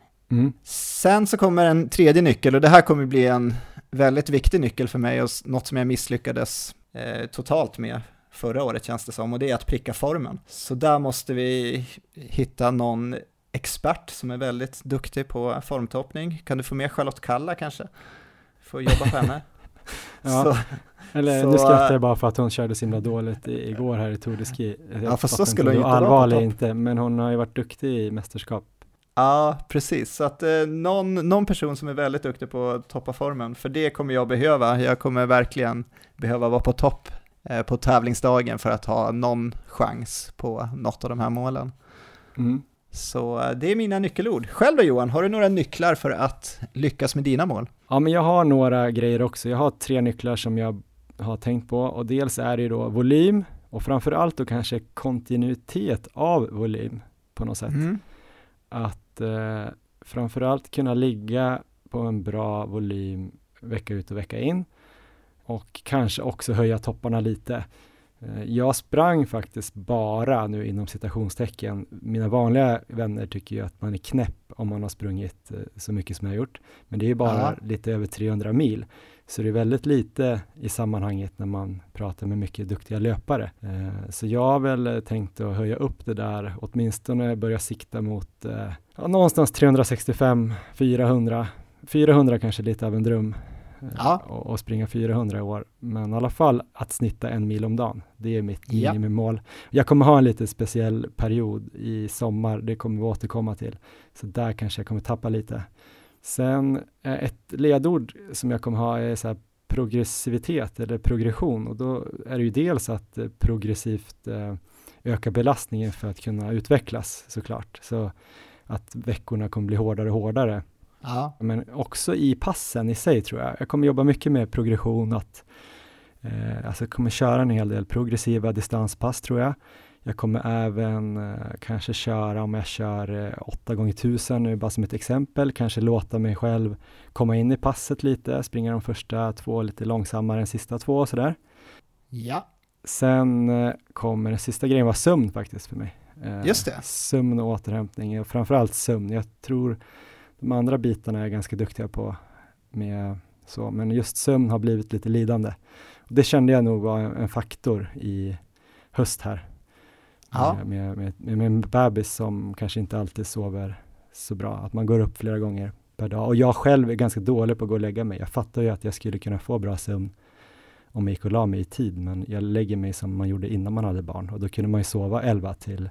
Sen så kommer en tredje nyckel, och det här kommer bli en väldigt viktig nyckel för mig och något som jag misslyckades totalt med förra året, känns det som, och det är att pricka formen. Så där måste vi hitta någon expert som är väldigt duktig på formtoppning. Kan du få med Charlotte Kalla kanske? Få jobba på henne. Ja. Nu skrattar jag bara för att hon körde så himla dåligt igår här i Tour de Ski. Ja, fast så skulle hon inte inte allvarlig vara på inte, men hon har ju varit duktig i mästerskap. Ja, precis. Så att någon person som är väldigt duktig på att toppa formen, för det kommer jag behöva. Jag kommer verkligen behöva vara på topp på tävlingsdagen för att ha någon chans på något av de här målen. Mm. Så det är mina nyckelord. Själv då Johan, har du några nycklar för att lyckas med dina mål? Ja, men jag har några grejer också. Jag har 3 nycklar som jag har tänkt på, och dels är det då volym och framförallt då kanske kontinuitet av volym på något sätt. Att framförallt kunna ligga på en bra volym vecka ut och vecka in, och kanske också höja topparna lite. Jag sprang faktiskt bara, nu inom citationstecken, mina vanliga vänner tycker ju att man är knäpp om man har sprungit så mycket som jag har gjort, men det är ju bara lite över 300 mil, så det är väldigt lite i sammanhanget när man pratar med mycket duktiga löpare. Så jag har väl tänkt att höja upp det där, åtminstone börja sikta mot någonstans 365, 400 kanske lite av en dröm. Och springa 400 i år, men i alla fall att snitta 1 mil om dagen, det är mitt minimimål. Jag kommer ha en lite speciell period i sommar, det kommer vi återkomma till, så där kanske jag kommer tappa lite. Sen ett ledord som jag kommer ha är så här progressivitet eller progression, och då är det ju dels att progressivt öka belastningen för att kunna utvecklas, såklart, så att veckorna kommer bli hårdare och hårdare. Ja. Men också i passen i sig tror jag. Jag kommer jobba mycket med progression, att alltså kommer köra en hel del progressiva distanspass tror jag. Jag kommer även kanske köra, om jag kör 8x1000 nu bara som ett exempel, kanske låta mig själv komma in i passet lite, springa de första 2 lite långsammare än sista 2 och sådär. Ja. Sen kommer den sista grejen vara sömn faktiskt för mig. Just det. Sömn och återhämtning, och framförallt sömn. Jag tror de andra bitarna är ganska duktiga på med så, men just sömn har blivit lite lidande. Och det kände jag nog var en faktor i höst här. Ja. Med en bebis som kanske inte alltid sover så bra. Att man går upp flera gånger per dag. Och jag själv är ganska dålig på att gå och lägga mig. Jag fattar ju att jag skulle kunna få bra sömn om jag gick och la mig i tid. Men jag lägger mig som man gjorde innan man hade barn. Och då kunde man ju sova 11 till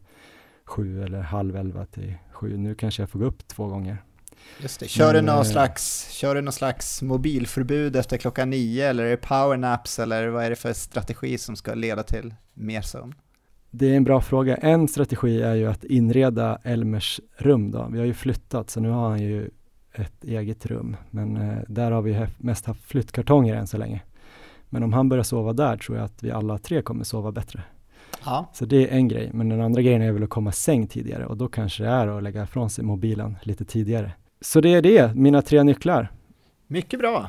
7 eller halv 11 till 7. Nu kanske jag får gå upp 2 gånger. Just det. Kör du någon slags mobilförbud efter klockan 9, eller är det powernaps, eller vad är det för strategi som ska leda till mer sömn? Det är en bra fråga. En strategi är ju att inreda Elmers rum då. Vi har ju flyttat, så nu har han ju ett eget rum. Men där har vi mest haft flyttkartonger än så länge. Men om han börjar sova där tror jag att vi alla 3 kommer sova bättre. Ja. Så det är en grej. Men den andra grejen är väl att komma säng tidigare, och då kanske det är att lägga ifrån sig mobilen lite tidigare. Så det är det, mina 3 nycklar. Mycket bra.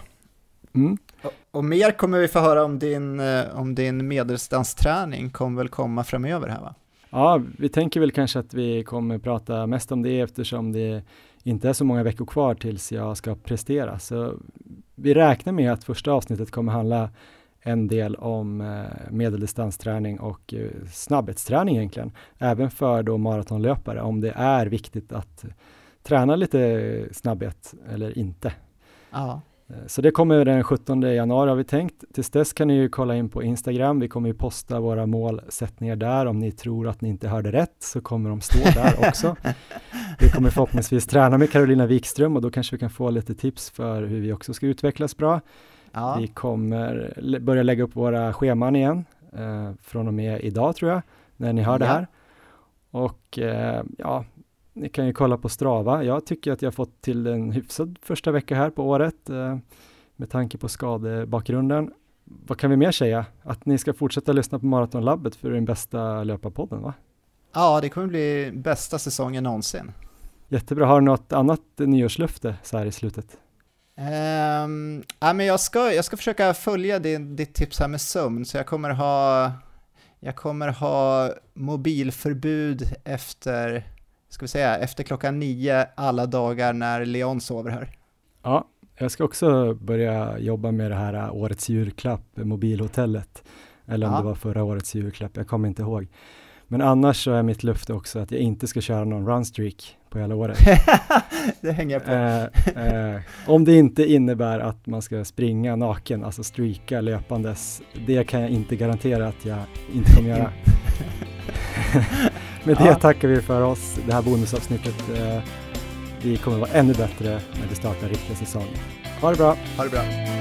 Och mer kommer vi få höra om din medeldistansträning kommer väl komma framöver här, va? Ja, vi tänker väl kanske att vi kommer prata mest om det, eftersom det inte är så många veckor kvar tills jag ska prestera. Så vi räknar med att första avsnittet kommer handla en del om medeldistansträning och snabbhetsträning egentligen. Även för då maratonlöpare, om det är viktigt att träna lite snabbhet eller inte. Ja. Så det kommer den 17 januari har vi tänkt. Tills dess kan ni ju kolla in på Instagram. Vi kommer ju posta våra målsättningar där. Om ni tror att ni inte hörde rätt så kommer de stå där också. Vi kommer förhoppningsvis träna med Carolina Wikström, och då kanske vi kan få lite tips för hur vi också ska utvecklas bra. Ja. Vi kommer börja lägga upp våra scheman igen från och med idag tror jag, när ni hör det här. Och ni kan ju kolla på Strava. Jag tycker att jag har fått till en hyfsad första vecka här på året med tanke på skadebakgrunden. Vad kan vi mer säga? Att ni ska fortsätta lyssna på Maratonlabbet för den bästa löparpodden, va? Ja, det kommer bli bästa säsongen någonsin. Jättebra. Har du något annat nyårslöfte så här i slutet? Men jag ska försöka följa ditt tips här med sömn, så jag kommer ha mobilförbud efter klockan 9 alla dagar när Leon sover här. Ja, jag ska också börja jobba med det här årets julklapp, mobilhotellet. Eller om det var förra årets julklapp, jag kommer inte ihåg. Men annars så är mitt löfte också att jag inte ska köra någon runstreak på hela året. Det hänger på. Om det inte innebär att man ska springa naken, alltså streaka löpandes, det kan jag inte garantera att jag inte kommer göra. Med det tackar vi för oss, det här bonusavsnittet. vi kommer vara ännu bättre när vi startar riktiga säsongen. Ha det bra! Ha det bra!